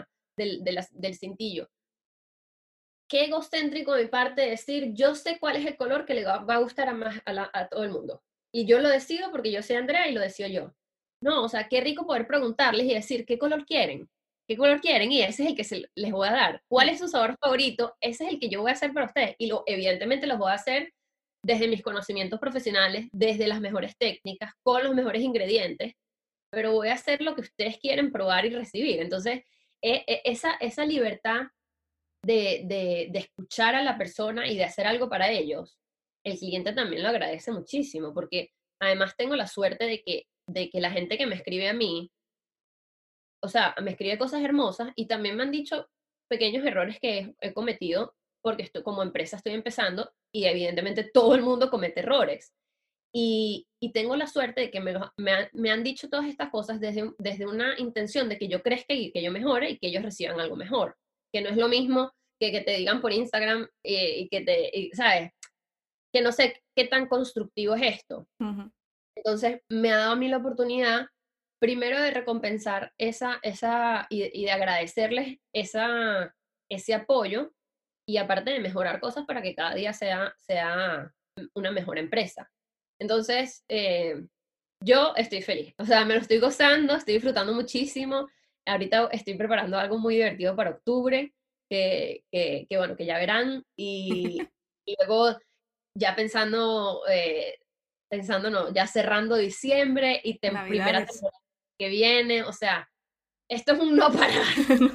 del cintillo. Qué egocéntrico de mi parte decir, yo sé cuál es el color que le va a gustar a todo el mundo. Y yo lo decido porque yo soy Andrea y lo decido yo. No, o sea, qué rico poder preguntarles y decir, ¿qué color quieren? ¿Qué color quieren? Y ese es el que les voy a dar. ¿Cuál Mm. es su sabor favorito? Ese es el que yo voy a hacer para ustedes. Y evidentemente los voy a hacer desde mis conocimientos profesionales, desde las mejores técnicas, con los mejores ingredientes, pero voy a hacer lo que ustedes quieren probar y recibir. Entonces, esa libertad de escuchar a la persona y de hacer algo para ellos, el cliente también lo agradece muchísimo, porque además tengo la suerte de que la gente que me escribe a mí, o sea, me escribe cosas hermosas y también me han dicho pequeños errores que he cometido, porque como empresa estoy empezando y evidentemente todo el mundo comete errores. Y tengo la suerte de que me han dicho todas estas cosas desde una intención de que yo crezca y que yo mejore y que ellos reciban algo mejor. Que no es lo mismo que te digan por Instagram y ¿sabes? Que no sé qué tan constructivo es esto. Ujú. Entonces, me ha dado a mí la oportunidad, primero de recompensar y de agradecerles ese apoyo y aparte de mejorar cosas para que cada día sea una mejor empresa. Entonces, yo estoy feliz, o sea, me lo estoy gozando, estoy disfrutando muchísimo. Ahorita estoy preparando algo muy divertido para octubre, bueno, que ya verán, y luego ya pensando no, ya cerrando diciembre y primera Navidades. temporada que viene, o sea, esto es un no parar,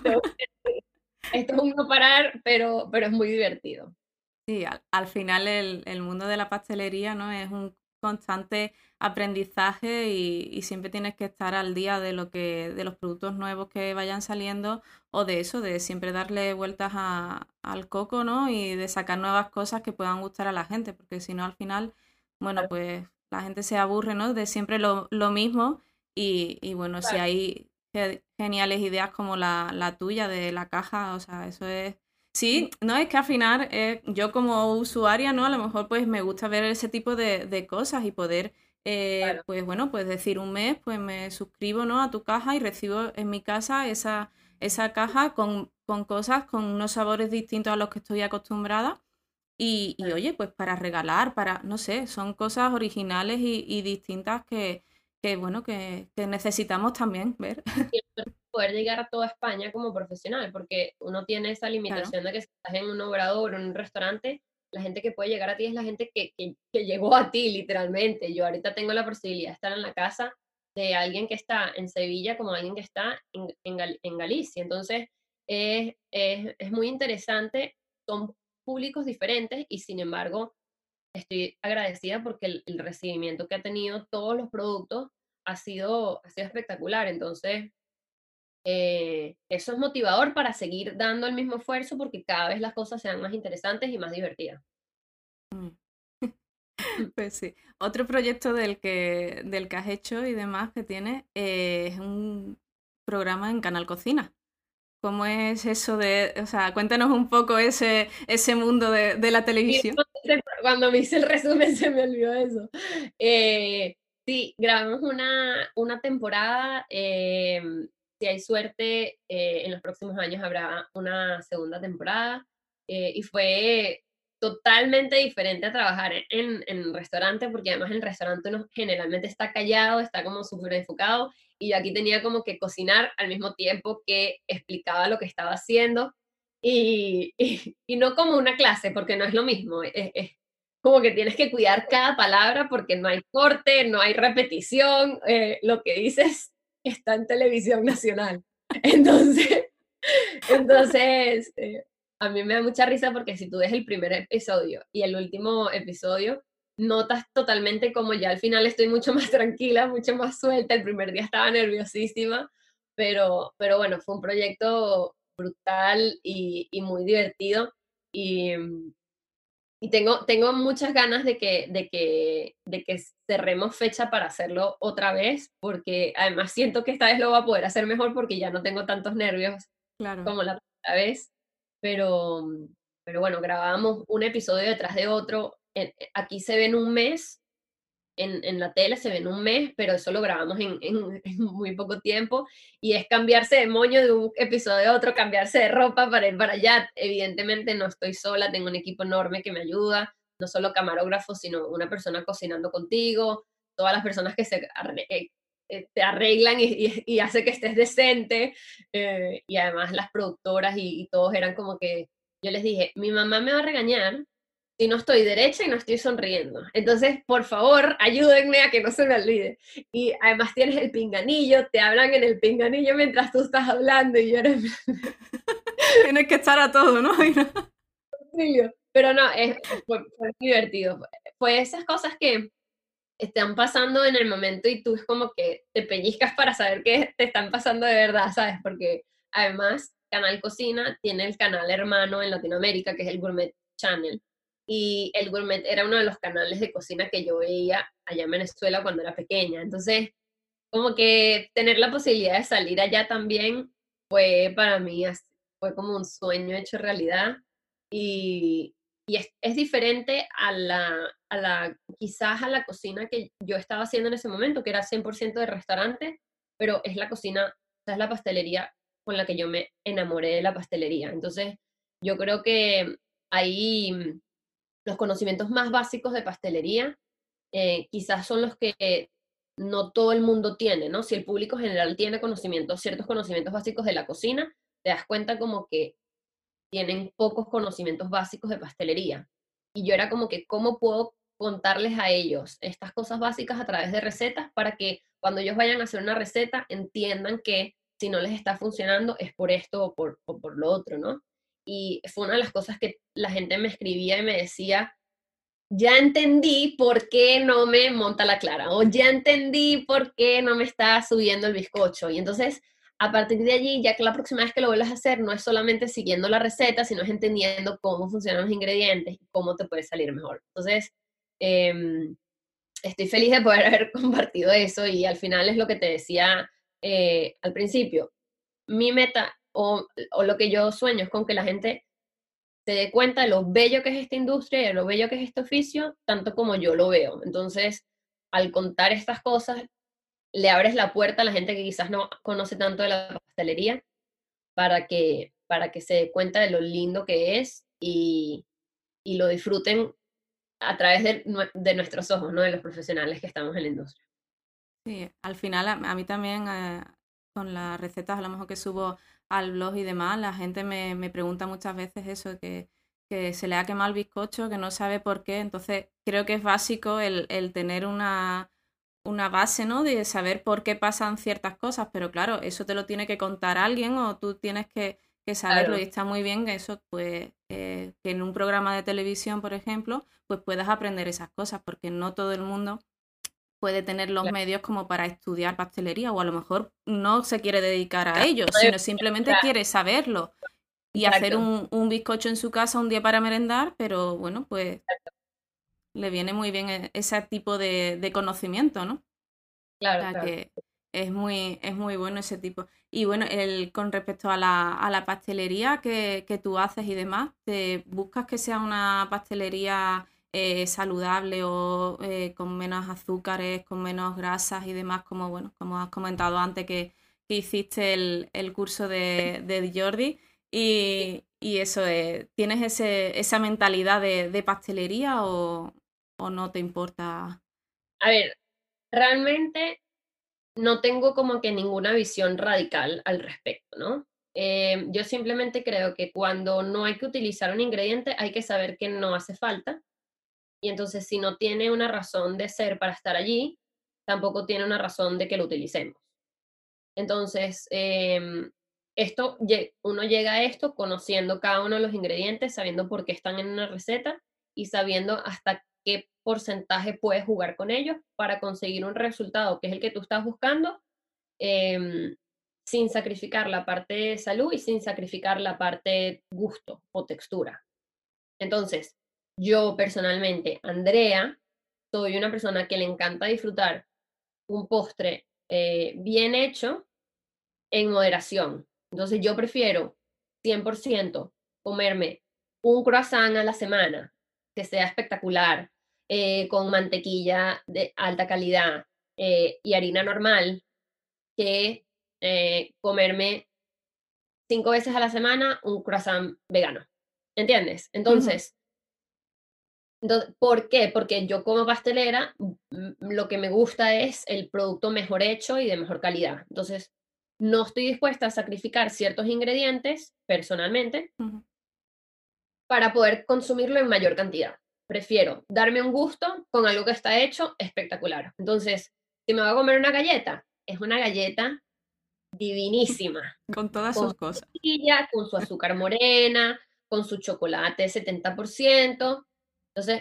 esto es un no parar, pero es muy divertido. Sí, al final el mundo de la pastelería, ¿no? Es un constante aprendizaje y siempre tienes que estar al día de los productos nuevos que vayan saliendo o de eso, de siempre darle vueltas al coco, ¿no? Y de sacar nuevas cosas que puedan gustar a la gente, porque si no al final, bueno, Claro, pues la gente se aburre, ¿no? De siempre lo mismo y bueno, si claro, hay geniales ideas como la tuya de la caja, o sea, eso es. Sí, no, es que al final yo como usuaria, ¿no? A lo mejor pues me gusta ver ese tipo de cosas y poder, claro. pues bueno, pues decir un mes, pues me suscribo, ¿no? A tu caja y recibo en mi casa esa caja con cosas, con unos sabores distintos a los que estoy acostumbrada. Y oye, pues para regalar, no sé, son cosas originales y distintas bueno, que necesitamos también ver. Y poder llegar a toda España como profesional, porque uno tiene esa Claro, limitación de que si estás en un obrador o en un restaurante, la gente que puede llegar a ti es la gente que llegó a ti literalmente. Yo ahorita tengo la posibilidad de estar en la casa de alguien que está en Sevilla como alguien que está en Galicia. Entonces, es muy interesante, son públicos diferentes y sin embargo, estoy agradecida porque el recibimiento que ha tenido todos los productos ha sido espectacular. Entonces, eso es motivador para seguir dando el mismo esfuerzo porque cada vez las cosas sean más interesantes y más divertidas. mm, pues sí. Otro proyecto del que has hecho y demás que tienes es un programa en Canal Cocina. ¿Cómo es eso o sea, cuéntanos un poco ese mundo de la Y televisión? cuando me hice el resumen se me olvidó eso. Eh, sí, grabamos una temporada. Si hay suerte, en los próximos años habrá una segunda temporada. Y fue totalmente diferente a trabajar en un restaurante, porque además el restaurante uno generalmente está callado, está como súper enfocado, y yo aquí tenía como que cocinar al mismo tiempo que explicaba lo que estaba haciendo. Y no como una clase, porque no es lo mismo, es como que tienes que cuidar cada palabra porque no hay corte, no hay repetición, lo que dices está en televisión nacional. Entonces, entonces a mí me da mucha risa porque si tú ves el primer episodio y el último episodio, notas totalmente como ya al final estoy mucho más tranquila, mucho más suelta. El primer día estaba nerviosísima, pero bueno, fue un proyecto brutal y muy divertido. Y, y tengo muchas ganas de que cerremos fecha para hacerlo otra vez, porque además siento que esta vez lo voy a poder hacer mejor porque ya no tengo tantos nervios Claro. como la primera vez, pero, pero bueno, grabamos un episodio detrás de otro. Aquí se ve en un mes, en la tele se ve en un mes, pero eso lo grabamos en muy poco tiempo. Y es cambiarse de moño de un episodio a otro, cambiarse de ropa para ir para allá. Evidentemente no estoy sola, tengo un equipo enorme que me ayuda, no solo camarógrafo, sino una persona cocinando contigo, todas las personas que te arreglan y hace que estés decente, y además las productoras y todos eran como que, yo les dije, mi mamá me va a regañar si no estoy derecha y no estoy sonriendo. Entonces, por favor, ayúdenme a que no se me olvide. Y además tienes el pinganillo, te hablan en el pinganillo mientras tú estás hablando y yo eres Tienes que estar a todo, ¿no? auxilio. Pero no, fue muy divertido. Fue esas cosas que están pasando en el momento y tú es como que te pellizcas para saber que te están pasando de verdad, ¿sabes? Porque además Canal Cocina tiene el canal hermano en Latinoamérica, que es el Gourmet Channel. Y el Gourmet era uno de los canales de cocina que yo veía allá en Venezuela cuando era pequeña. Entonces, como que tener la posibilidad de salir allá también fue para mí, fue como un sueño hecho realidad. Y es diferente quizás a la cocina que yo estaba haciendo en ese momento, que era 100% de restaurante, pero es la cocina, o sea, es la pastelería con la que yo me enamoré de la pastelería. Entonces, yo creo que ahí los conocimientos más básicos de pastelería quizás son los que no todo el mundo tiene, ¿no? Si el público general tiene conocimientos, ciertos conocimientos básicos de la cocina, te das cuenta como que tienen pocos conocimientos básicos de pastelería. Y yo era como que, ¿cómo puedo contarles a ellos estas cosas básicas a través de recetas para que cuando ellos vayan a hacer una receta entiendan que si no les está funcionando es por esto o por lo otro, ¿no? Y fue una de las cosas que la gente me escribía y me decía, ya entendí por qué no me monta la clara, o ya entendí por qué no me está subiendo el bizcocho. Y entonces, a partir de allí, ya que la próxima vez que lo vuelvas a hacer, no es solamente siguiendo la receta, sino es entendiendo cómo funcionan los ingredientes y cómo te puede salir mejor. Entonces, eh, estoy feliz de poder haber compartido eso y al final es lo que te decía al principio. Mi meta o lo que yo sueño es con que la gente se dé cuenta de lo bello que es esta industria y de lo bello que es este oficio, tanto como yo lo veo. Entonces, al contar estas cosas, le abres la puerta a la gente que quizás no conoce tanto de la pastelería para que se dé cuenta de lo lindo que es y lo disfruten a través de nuestros ojos, ¿no? De los profesionales que estamos en la industria. Sí, al final a mí también con las recetas a lo mejor que subo al blog y demás, la gente me pregunta muchas veces eso, que se le ha quemado el bizcocho, que no sabe por qué. Entonces creo que es básico el tener una base, ¿no? De saber por qué pasan ciertas cosas, pero claro, eso te lo tiene que contar alguien o tú tienes que saberlo y Claro, está muy bien que eso, pues, que en un programa de televisión, por ejemplo, pues puedas aprender esas cosas, porque no todo el mundo puede tener los claro, medios como para estudiar pastelería o a lo mejor no se quiere dedicar a claro. ello, sino simplemente quiere saberlo y hacer Exacto, un bizcocho en su casa un día para merendar, pero bueno, pues le viene muy bien ese tipo de conocimiento, ¿no? O claro, sea claro. que es muy bueno ese tipo. Y bueno, con respecto a a la pastelería que tú haces y demás, ¿te buscas que sea una pastelería saludable o con menos azúcares, con menos grasas y demás, como bueno, como has comentado antes que hiciste el curso de Jordi? Y eso, ¿tienes esa mentalidad de pastelería o no te importa? A ver, realmente no tengo como que ninguna visión radical al respecto, ¿no? Yo simplemente creo que cuando no hay que utilizar un ingrediente, hay que saber que no hace falta. Y entonces, si no tiene una razón de ser para estar allí, tampoco tiene una razón de que lo utilicemos. Entonces, uno llega a esto conociendo cada uno de los ingredientes, sabiendo por qué están en una receta y sabiendo hasta qué porcentaje puedes jugar con ellos para conseguir un resultado que es el que tú estás buscando, em, sin sacrificar la parte de salud y sin sacrificar la parte gusto o textura. Entonces, yo personalmente, Andrea, soy una persona que le encanta disfrutar un postre bien hecho en moderación. Entonces, yo prefiero 100% comerme un croissant a la semana que sea espectacular, con mantequilla de alta calidad y harina normal, que comerme 5 veces a la semana un croissant vegano. ¿Entiendes? Ujú. Entonces, ¿por qué? Porque yo como pastelera, lo que me gusta es el producto mejor hecho y de mejor calidad. Entonces, no estoy dispuesta a sacrificar ciertos ingredientes, personalmente, Ujú. para poder consumirlo en mayor cantidad. Prefiero darme un gusto con algo que está hecho espectacular. Entonces, si me voy a comer una galleta, es una galleta divinísima, Con todas con sus su cosas. mantequilla, con su azúcar morena, con su chocolate 70%. Entonces,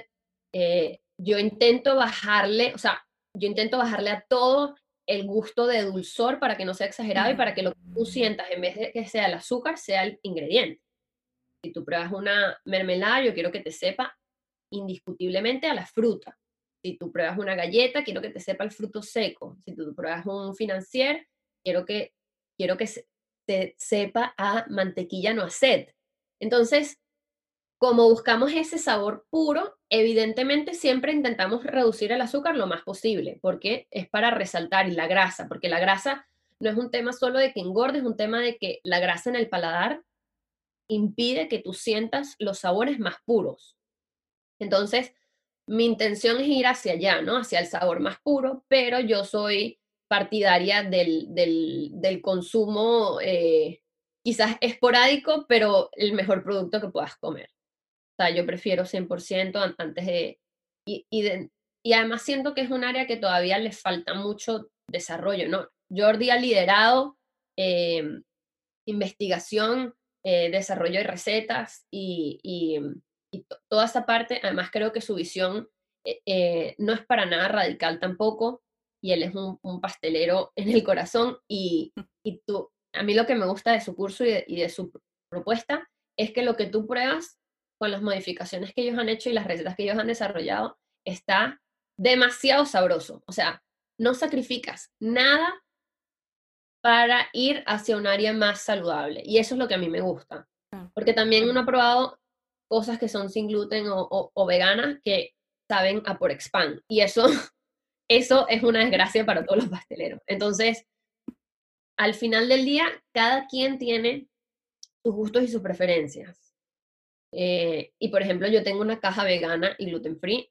yo intento bajarle, o sea, yo intento bajarle a todo el gusto de dulzor para que no sea exagerado y Ujú. para que lo que tú sientas, en vez de que sea el azúcar, sea el ingrediente. Si tú pruebas una mermelada, yo quiero que te sepa indiscutiblemente a la fruta. Si tú pruebas una galleta, quiero que te sepa el fruto seco. Si tú pruebas un financier, quiero que, quiero que te sepa a mantequilla no sed. Entonces, como buscamos ese sabor puro, evidentemente siempre intentamos reducir el azúcar lo más posible, porque es para resaltar y la grasa, porque la grasa no es un tema solo de que engorde, es un tema de que la grasa en el paladar impide que tú sientas los sabores más puros. Entonces, mi intención es ir hacia allá, ¿no? Hacia el sabor más puro, pero yo soy partidaria del consumo quizás esporádico, pero el mejor producto que puedas comer. O sea, yo prefiero 100% antes de... Y, y, de- y además siento que es un área que todavía le falta mucho desarrollo, ¿no? Jordi ha liderado eh, investigación, desarrollo de recetas y toda esa parte. Además creo que su visión no es para nada radical tampoco, y él es un pastelero en el corazón, y tú, a mí lo que me gusta de su curso y de su propuesta es que lo que tú pruebas con las modificaciones que ellos han hecho y las recetas que ellos han desarrollado está demasiado sabroso. O sea, no sacrificas nada para ir hacia un área más saludable. Y eso es lo que a mí me gusta. Claro. Porque también uno ha probado cosas que son sin gluten o veganas que saben a por expand. Y eso, eso es una desgracia para todos los pasteleros. Entonces, al final del día, cada quien tiene sus gustos y sus preferencias. Y por ejemplo, yo tengo una caja vegana y gluten free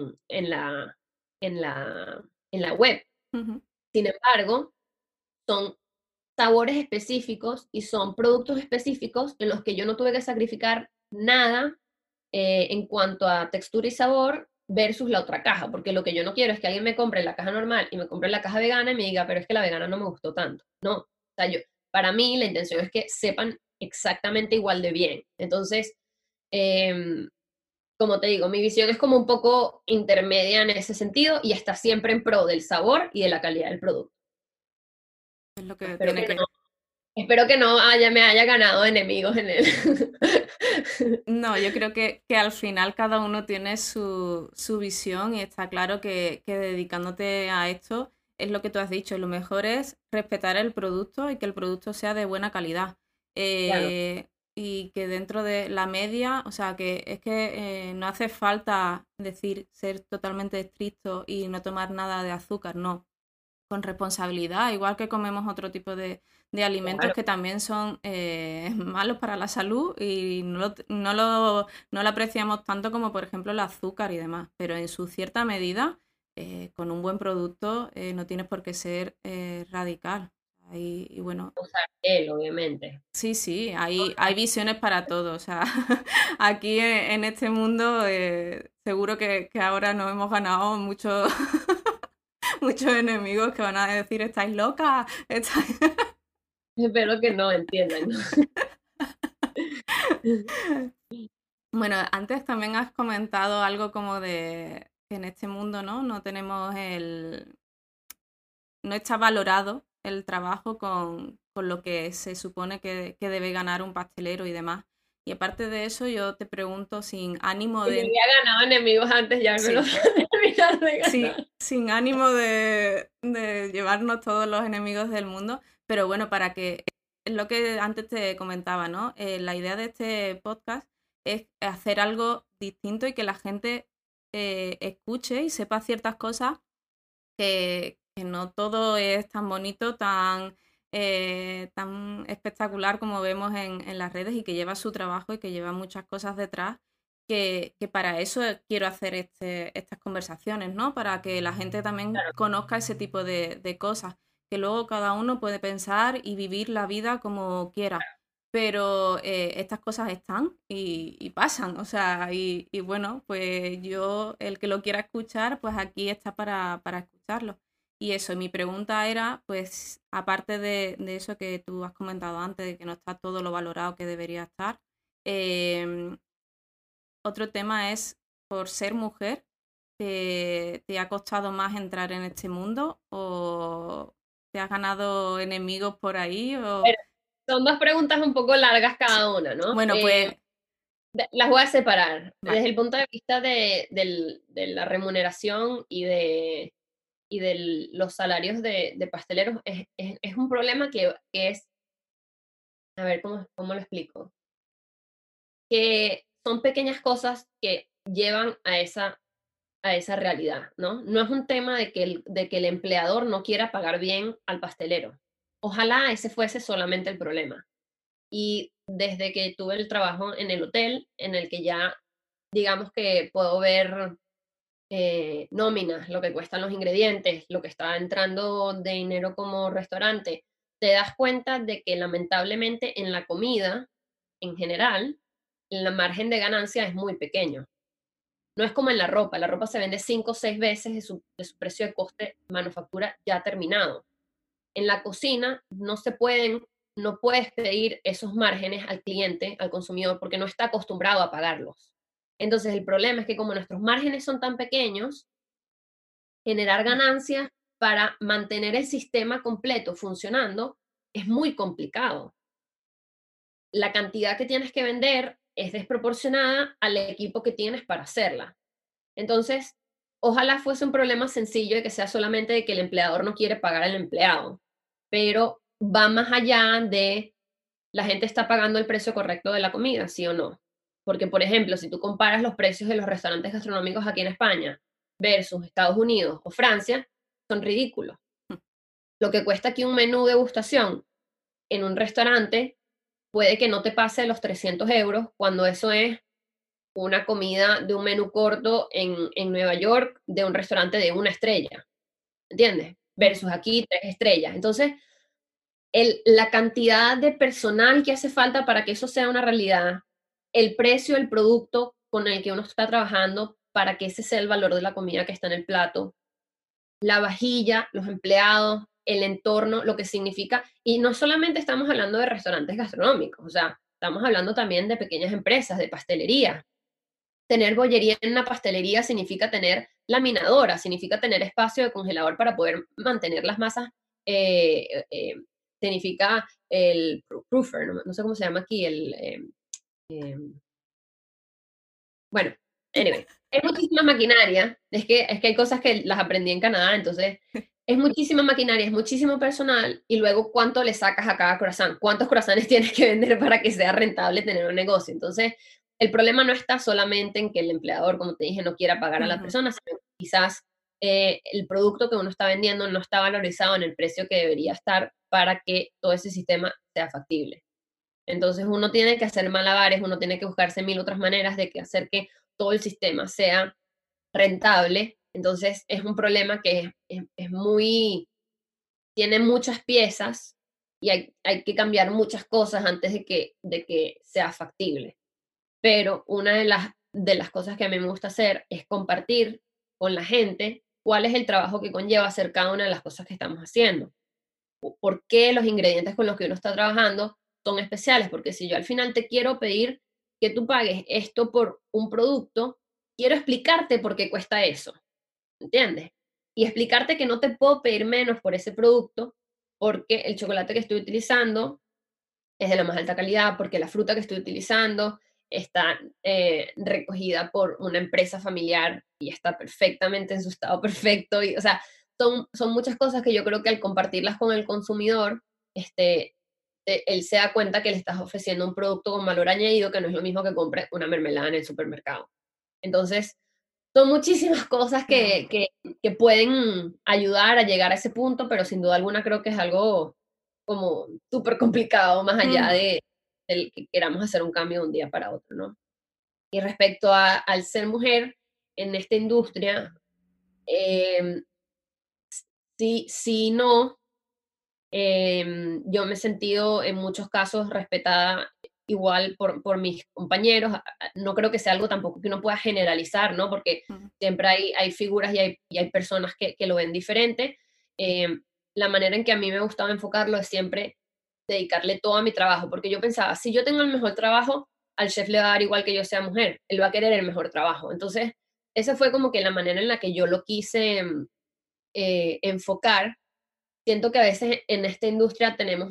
en la web. Ujú. Sin embargo, son sabores específicos y son productos específicos en los que yo no tuve que sacrificar nada en cuanto a textura y sabor versus la otra caja, porque lo que yo no quiero es que alguien me compre la caja normal y me compre la caja vegana y me diga, pero es que la vegana no me gustó tanto. No, o sea, para mí la intención es que sepan exactamente igual de bien. Entonces, eh, como te digo, mi visión es como un poco intermedia en ese sentido y está siempre en pro del sabor y de la calidad del producto. Es lo que Espero tiene que que... Espero que no me haya ganado enemigos en él. No, yo creo que al final cada uno tiene su visión y está claro que dedicándote a esto es lo que tú has dicho. Lo mejor es respetar el producto y que el producto sea de buena calidad. Claro, Y que dentro de la media, o sea, que es que no hace falta decir ser totalmente estricto y no tomar nada de azúcar, no, con responsabilidad, igual que comemos otro tipo de alimentos claro. que también son malos para la salud y no lo apreciamos tanto como por ejemplo el azúcar y demás, pero en su cierta medida, con un buen producto, no tienes por qué ser radical. Y bueno, Usar él, obviamente. sí, sí, hay visiones para todo. O sea, aquí en este mundo seguro que ahora nos hemos ganado muchos muchos enemigos que van a decir, estáis locas. Espero que no entiendan. Bueno, antes también has comentado algo como de que en este mundo, ¿no? No tenemos no está valorado el trabajo con lo que se supone que debe ganar un pastelero y demás. Y aparte de eso, yo te pregunto sin ánimo Si me de... había ganado enemigos antes, ya me los Sí, voy a terminar de sí, ganar. sin ánimo de llevarnos todos los enemigos del mundo, pero bueno, para que, es lo que antes te comentaba, ¿no? La idea de este podcast es hacer algo distinto y que la gente escuche y sepa ciertas cosas que no todo es tan bonito, tan espectacular como vemos en las redes y que lleva su trabajo y que lleva muchas cosas detrás, que para eso quiero hacer estas conversaciones, ¿no? Para que la gente también Claro, conozca ese tipo de cosas, que luego cada uno puede pensar y vivir la vida como quiera. Pero estas cosas están y pasan, o sea, y bueno, pues yo, el que lo quiera escuchar, pues aquí está para escucharlo. Y eso, mi pregunta era, pues, aparte de eso que tú has comentado antes, de que no está todo lo valorado que debería estar, em, otro tema es, por ser mujer, ¿te ha costado más entrar en este mundo o te has ganado enemigos por ahí? O... pero son dos preguntas un poco largas Sí. cada una, ¿no? Bueno, pues, Las voy a separar. vale. Desde el punto de vista de la remuneración y de los salarios de pasteleros, es un problema que es, a ver, ¿cómo lo explico? Que son pequeñas cosas que llevan a esa realidad, ¿no? No es un tema de que el empleador no quiera pagar bien al pastelero. Ojalá ese fuese solamente el problema. Y desde que tuve el trabajo en el hotel, en el que ya, digamos que puedo ver nóminas, lo que cuestan los ingredientes, lo que está entrando de dinero como restaurante, te das cuenta de que lamentablemente en la comida, en general, el margen de ganancia es muy pequeño. No es como en la ropa se vende 5 o 6 veces de su precio de coste de manufactura ya terminado. En la cocina no puedes pedir esos márgenes al cliente, al consumidor, porque no está acostumbrado a pagarlos. Entonces el problema es que como nuestros márgenes son tan pequeños, generar ganancias para mantener el sistema completo funcionando es muy complicado. La cantidad que tienes que vender es desproporcionada al equipo que tienes para hacerla. Entonces, ojalá fuese un problema sencillo de que sea solamente de que el empleador no quiere pagar al empleado, pero va más allá de la gente está pagando el precio correcto de la comida, sí o no. Porque, por ejemplo, si tú comparas los precios de los restaurantes gastronómicos aquí en España versus Estados Unidos o Francia, son ridículos. Lo que cuesta aquí un menú de degustación en un restaurante puede que no te pase los 300 euros cuando eso es una comida de un menú corto en Nueva York de un restaurante de 1 estrella, ¿entiendes? Versus aquí 3 estrellas. Entonces, la cantidad de personal que hace falta para que eso sea una realidad, el precio del producto con el que uno está trabajando para que ese sea el valor de la comida que está en el plato, la vajilla, los empleados, el entorno, lo que significa, y no solamente estamos hablando de restaurantes gastronómicos, o sea, estamos hablando también de pequeñas empresas, de pastelería. Tener bollería en una pastelería significa tener laminadora, significa tener espacio de congelador para poder mantener las masas, significa el proofer, no sé cómo se llama aquí, em, bueno, anyway, es muchísima maquinaria, es que hay cosas que las aprendí en Canadá, entonces es muchísima maquinaria, es muchísimo personal, y luego cuánto le sacas a cada croissant, cuántos croissants tienes que vender para que sea rentable tener un negocio. Entonces, el problema no está solamente en que el empleador, como te dije, no quiera pagar a la Ujú. persona, sino que quizás el producto que uno está vendiendo no está valorizado en el precio que debería estar para que todo ese sistema sea factible. Entonces uno tiene que hacer malabares, uno tiene que buscarse mil otras maneras de que hacer que todo el sistema sea rentable. Entonces es un problema que es muy, tiene muchas piezas y hay que cambiar muchas cosas antes de que sea factible. Pero una de las cosas que a mí me gusta hacer es compartir con la gente cuál es el trabajo que conlleva hacer cada una de las cosas que estamos haciendo. Por qué los ingredientes con los que uno está trabajando son especiales, porque si yo al final te quiero pedir que tú pagues esto por un producto, quiero explicarte por qué cuesta eso, ¿entiendes? Y explicarte que no te puedo pedir menos por ese producto, porque el chocolate que estoy utilizando es de la más alta calidad, porque la fruta que estoy utilizando está recogida por una empresa familiar y está perfectamente en su estado perfecto. Y, o sea, son muchas cosas que yo creo que al compartirlas con el consumidor, él se da cuenta que le estás ofreciendo un producto con valor añadido que no es lo mismo que compre una mermelada en el supermercado. Entonces, son muchísimas cosas Wow. que pueden ayudar a llegar a ese punto, pero sin duda alguna creo que es algo como súper complicado, más allá Ujú. del que queramos hacer un cambio de un día para otro, ¿no? Y respecto al ser mujer en esta industria, em, sí, sí, no. Yo me he sentido en muchos casos respetada igual por mis compañeros. No creo que sea algo tampoco que uno pueda generalizar, ¿no? Porque Ujú. siempre hay figuras y hay personas que lo ven diferente. La manera en que a mí me gustaba enfocarlo es siempre dedicarle todo a mi trabajo, porque yo pensaba, si yo tengo el mejor trabajo, al chef le va a dar igual que yo sea mujer, él va a querer el mejor trabajo. Entonces, esa fue como que la manera en la que yo lo quise enfocar. Siento que a veces en esta industria tenemos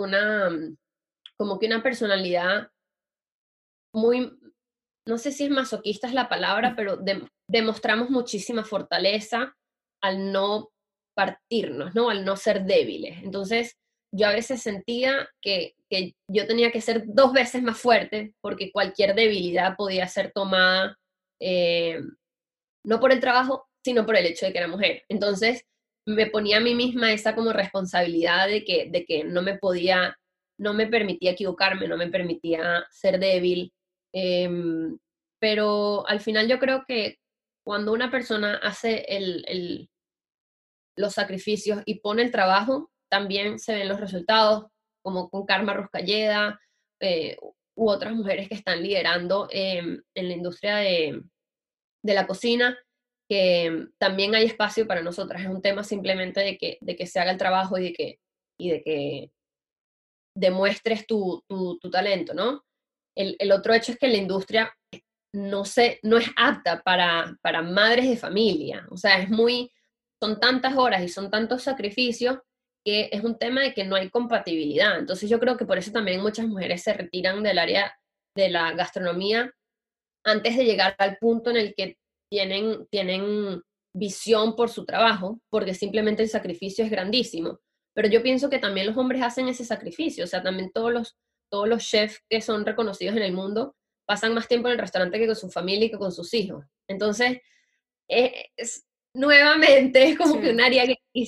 como que una personalidad muy, no sé si es masoquista es la palabra, pero demostramos muchísima fortaleza al no partirnos, ¿no? Al no ser débiles. Entonces, yo a veces sentía que yo tenía que ser 2 veces más fuerte porque cualquier debilidad podía ser tomada, eh, no por el trabajo, sino por el hecho de que era mujer. Entonces, me ponía a mí misma esa como responsabilidad de que no me permitía equivocarme, no me permitía ser débil. Pero al final yo creo que cuando una persona hace los sacrificios y pone el trabajo, también se ven los resultados, como con Karma Ruscalleda, u otras mujeres que están liderando en la industria de la cocina, que también hay espacio para nosotras. Es un tema simplemente de que se haga el trabajo y de que demuestres tu talento, ¿no? El otro hecho es que la industria no es apta para madres de familia. O sea, son tantas horas y son tantos sacrificios que es un tema de que no hay compatibilidad. Entonces yo creo que por eso también muchas mujeres se retiran del área de la gastronomía antes de llegar al punto en el que tienen visión por su trabajo, porque simplemente el sacrificio es grandísimo. Pero yo pienso que también los hombres hacen ese sacrificio, o sea, también todos los chefs que son reconocidos en el mundo pasan más tiempo en el restaurante que con su familia y que con sus hijos. Entonces, nuevamente es como que Sí. un área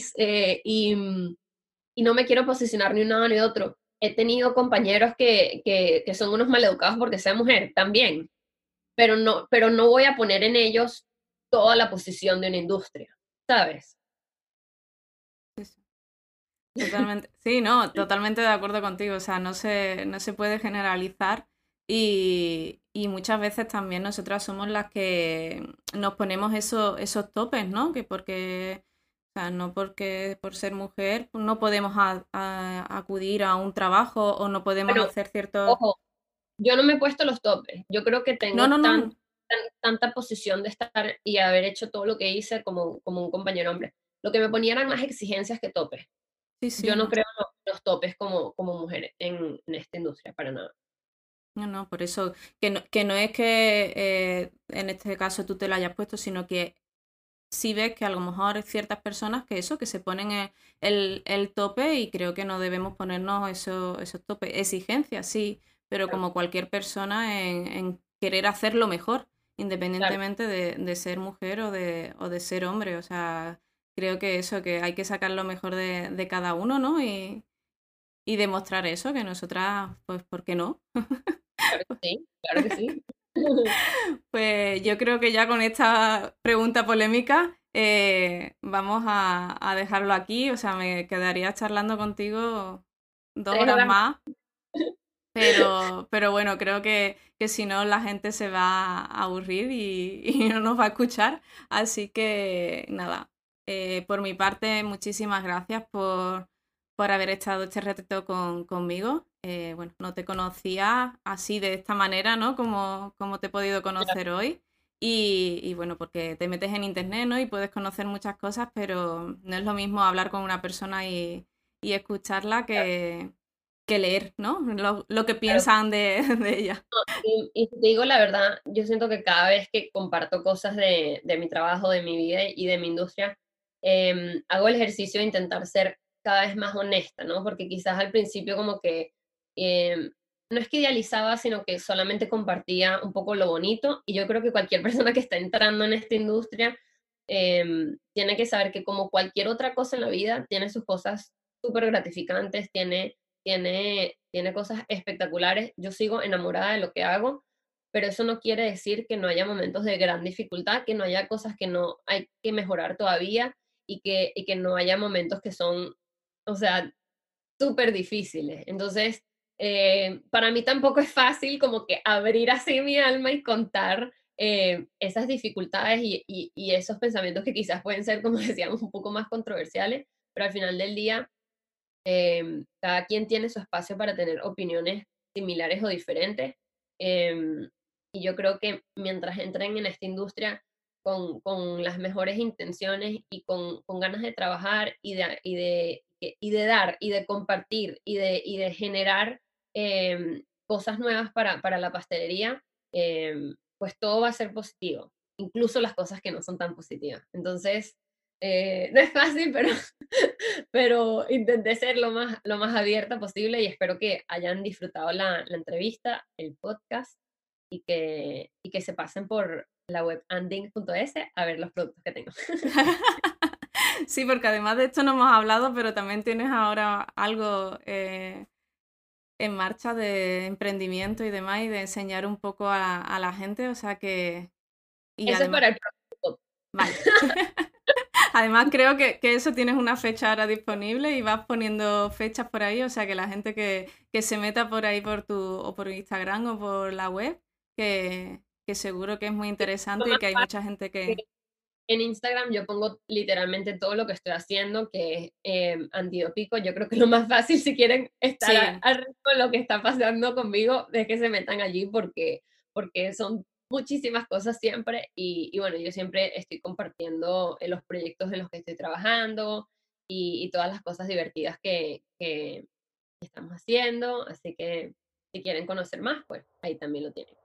y no me quiero posicionar ni un lado ni otro. He tenido compañeros que son unos maleducados porque sea mujer también, pero no voy a poner en ellos toda la posición de una industria, ¿sabes? Sí, sí. Totalmente, sí, no, totalmente de acuerdo contigo. O sea, no se puede generalizar y muchas veces también nosotras somos las que nos ponemos esos topes, ¿no? Que porque, o sea, no porque por ser mujer pues no podemos acudir a un trabajo o no podemos Pero, hacer ciertos... ojo, yo no me he puesto los topes. Yo creo que No, tengo no, no. tanta posición de estar y haber hecho todo lo que hice como un compañero hombre. Lo que me ponía eran más exigencias que topes. Sí, Yo sí, no no. creo en los topes como mujer en esta industria, para nada. No, no, por eso, que no es que en este caso tú te lo hayas puesto, sino que sí ves que a lo mejor hay ciertas personas que eso, que se ponen el tope y creo que no debemos ponernos esos topes. Exigencias, sí, pero Claro, como cualquier persona en querer hacerlo mejor, claro, independientemente de ser mujer o de ser hombre. O sea, creo que eso, que hay que sacar lo mejor de cada uno, ¿no? Y demostrar eso, que nosotras, pues, ¿por qué no? claro que sí, claro que sí. Pues yo creo que ya con esta pregunta polémica vamos a dejarlo aquí. O sea, me quedaría charlando contigo 2 horas 3 horas. más, pero bueno, creo que si no la gente se va a aburrir y no nos va a escuchar. Así que nada, por mi parte, muchísimas gracias por haber estado este ratito conmigo. Bueno, no te conocía así de esta manera, ¿no? Como te he podido Claro, conocer hoy. Y bueno, porque te metes en internet, ¿no? Y puedes conocer muchas cosas, pero no es lo mismo hablar con una persona y escucharla que leer, ¿no? Lo que claro. piensan de ella. Y te digo la verdad, yo siento que cada vez que comparto cosas de mi trabajo, de mi vida y de mi industria, hago el ejercicio de intentar ser cada vez más honesta, ¿no? Porque quizás al principio como que no es que idealizaba, sino que solamente compartía un poco lo bonito y yo creo que cualquier persona que está entrando en esta industria tiene que saber que como cualquier otra cosa en la vida, tiene sus cosas súper gratificantes, tiene cosas espectaculares. Yo sigo enamorada de lo que hago, pero eso no quiere decir que no haya momentos de gran dificultad, que no haya cosas que no hay que mejorar todavía y que no haya momentos que son, o sea, súper difíciles. Entonces, para mí tampoco es fácil como que abrir así mi alma y contar esas dificultades y esos pensamientos que quizás pueden ser, como decíamos, un poco más controversiales, pero al final del día cada quien tiene su espacio para tener opiniones similares o diferentes. em, y yo creo que mientras entren en esta industria con las mejores intenciones y con ganas de trabajar y de dar y de compartir y de generar cosas nuevas para la pastelería, pues todo va a ser positivo, incluso las cosas que no son tan positivas. Entonces, no es fácil, pero intenté ser lo más abierta posible y espero que hayan disfrutado la entrevista, el podcast y que se pasen por la web anding.es a ver los productos que tengo. Sí, porque además de esto no hemos hablado, pero también tienes ahora algo en marcha de emprendimiento y demás y de enseñar un poco a la gente, o sea que... Y Eso es además, para el próximo Vale. Además creo que eso tienes una fecha ahora disponible y vas poniendo fechas por ahí, o sea que la gente que se meta por ahí o por Instagram o por la web, que seguro que es muy Lo interesante y más que hay mucha gente fácil que... en Instagram yo pongo literalmente todo lo que estoy haciendo, que es antidopico. Yo creo que lo más fácil si quieren estar Sí, al ritmo de lo que está pasando conmigo es que se metan allí porque son muchísimas cosas siempre y bueno, yo siempre estoy compartiendo los proyectos en los que estoy trabajando y todas las cosas divertidas que estamos haciendo, así que si quieren conocer más, pues ahí también lo tienen.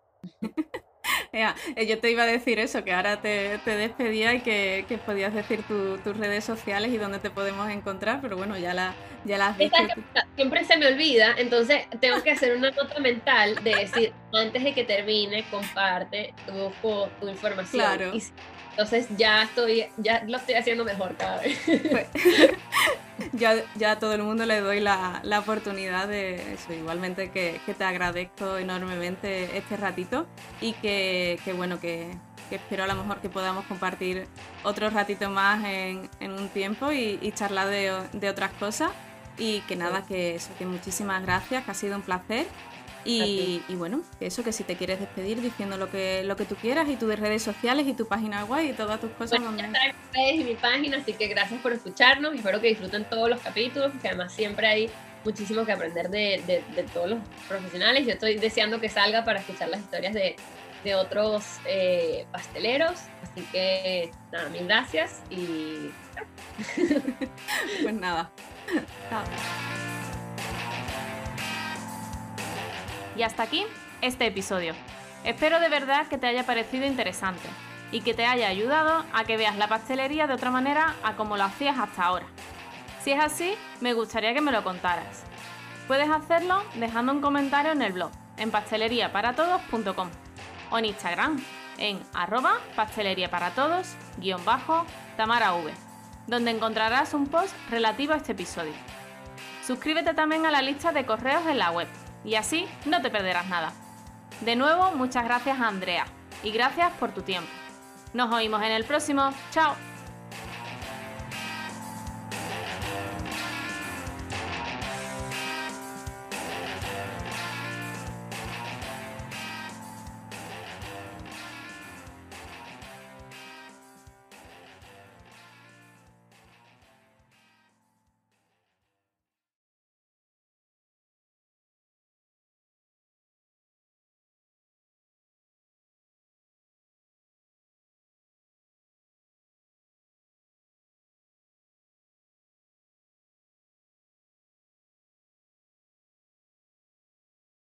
yo te iba a decir eso, que ahora te despedía y que podías decir tus redes sociales y dónde te podemos encontrar, pero bueno, ya las has dicho. Siempre se me olvida, entonces tengo que hacer una nota mental de decir, antes de que termine, comparte tu información. Claro. Entonces ya lo estoy haciendo mejor cada vez. Pues, ya a todo el mundo le doy la oportunidad de eso. Igualmente que te agradezco enormemente este ratito y bueno, que espero a lo mejor que podamos compartir otro ratito más en un tiempo y charlar de otras cosas. Y que nada, que muchísimas gracias, que ha sido un placer. Y bueno, que si te quieres despedir diciendo lo que tú quieras y tus redes sociales y tu página web y todas tus cosas. Bueno, ya está en redes y mi página, así que gracias por escucharnos y espero que disfruten todos los capítulos, porque además siempre hay muchísimo que aprender de todos los profesionales. Yo estoy deseando que salga para escuchar las historias de otros pasteleros, así que nada, mil gracias y pues nada. Chao. Y hasta aquí este episodio. Espero de verdad que te haya parecido interesante y que te haya ayudado a que veas la pastelería de otra manera a como lo hacías hasta ahora. Si es así, me gustaría que me lo contaras. Puedes hacerlo dejando un comentario en el blog, en pasteleriaparatodos.com o en Instagram, en @pasteleriaparatodos_TamaraV, donde encontrarás un post relativo a este episodio. Suscríbete también a la lista de correos en la web y así no te perderás nada. De nuevo, muchas gracias a Andrea y gracias por tu tiempo. Nos oímos en el próximo. ¡Chao!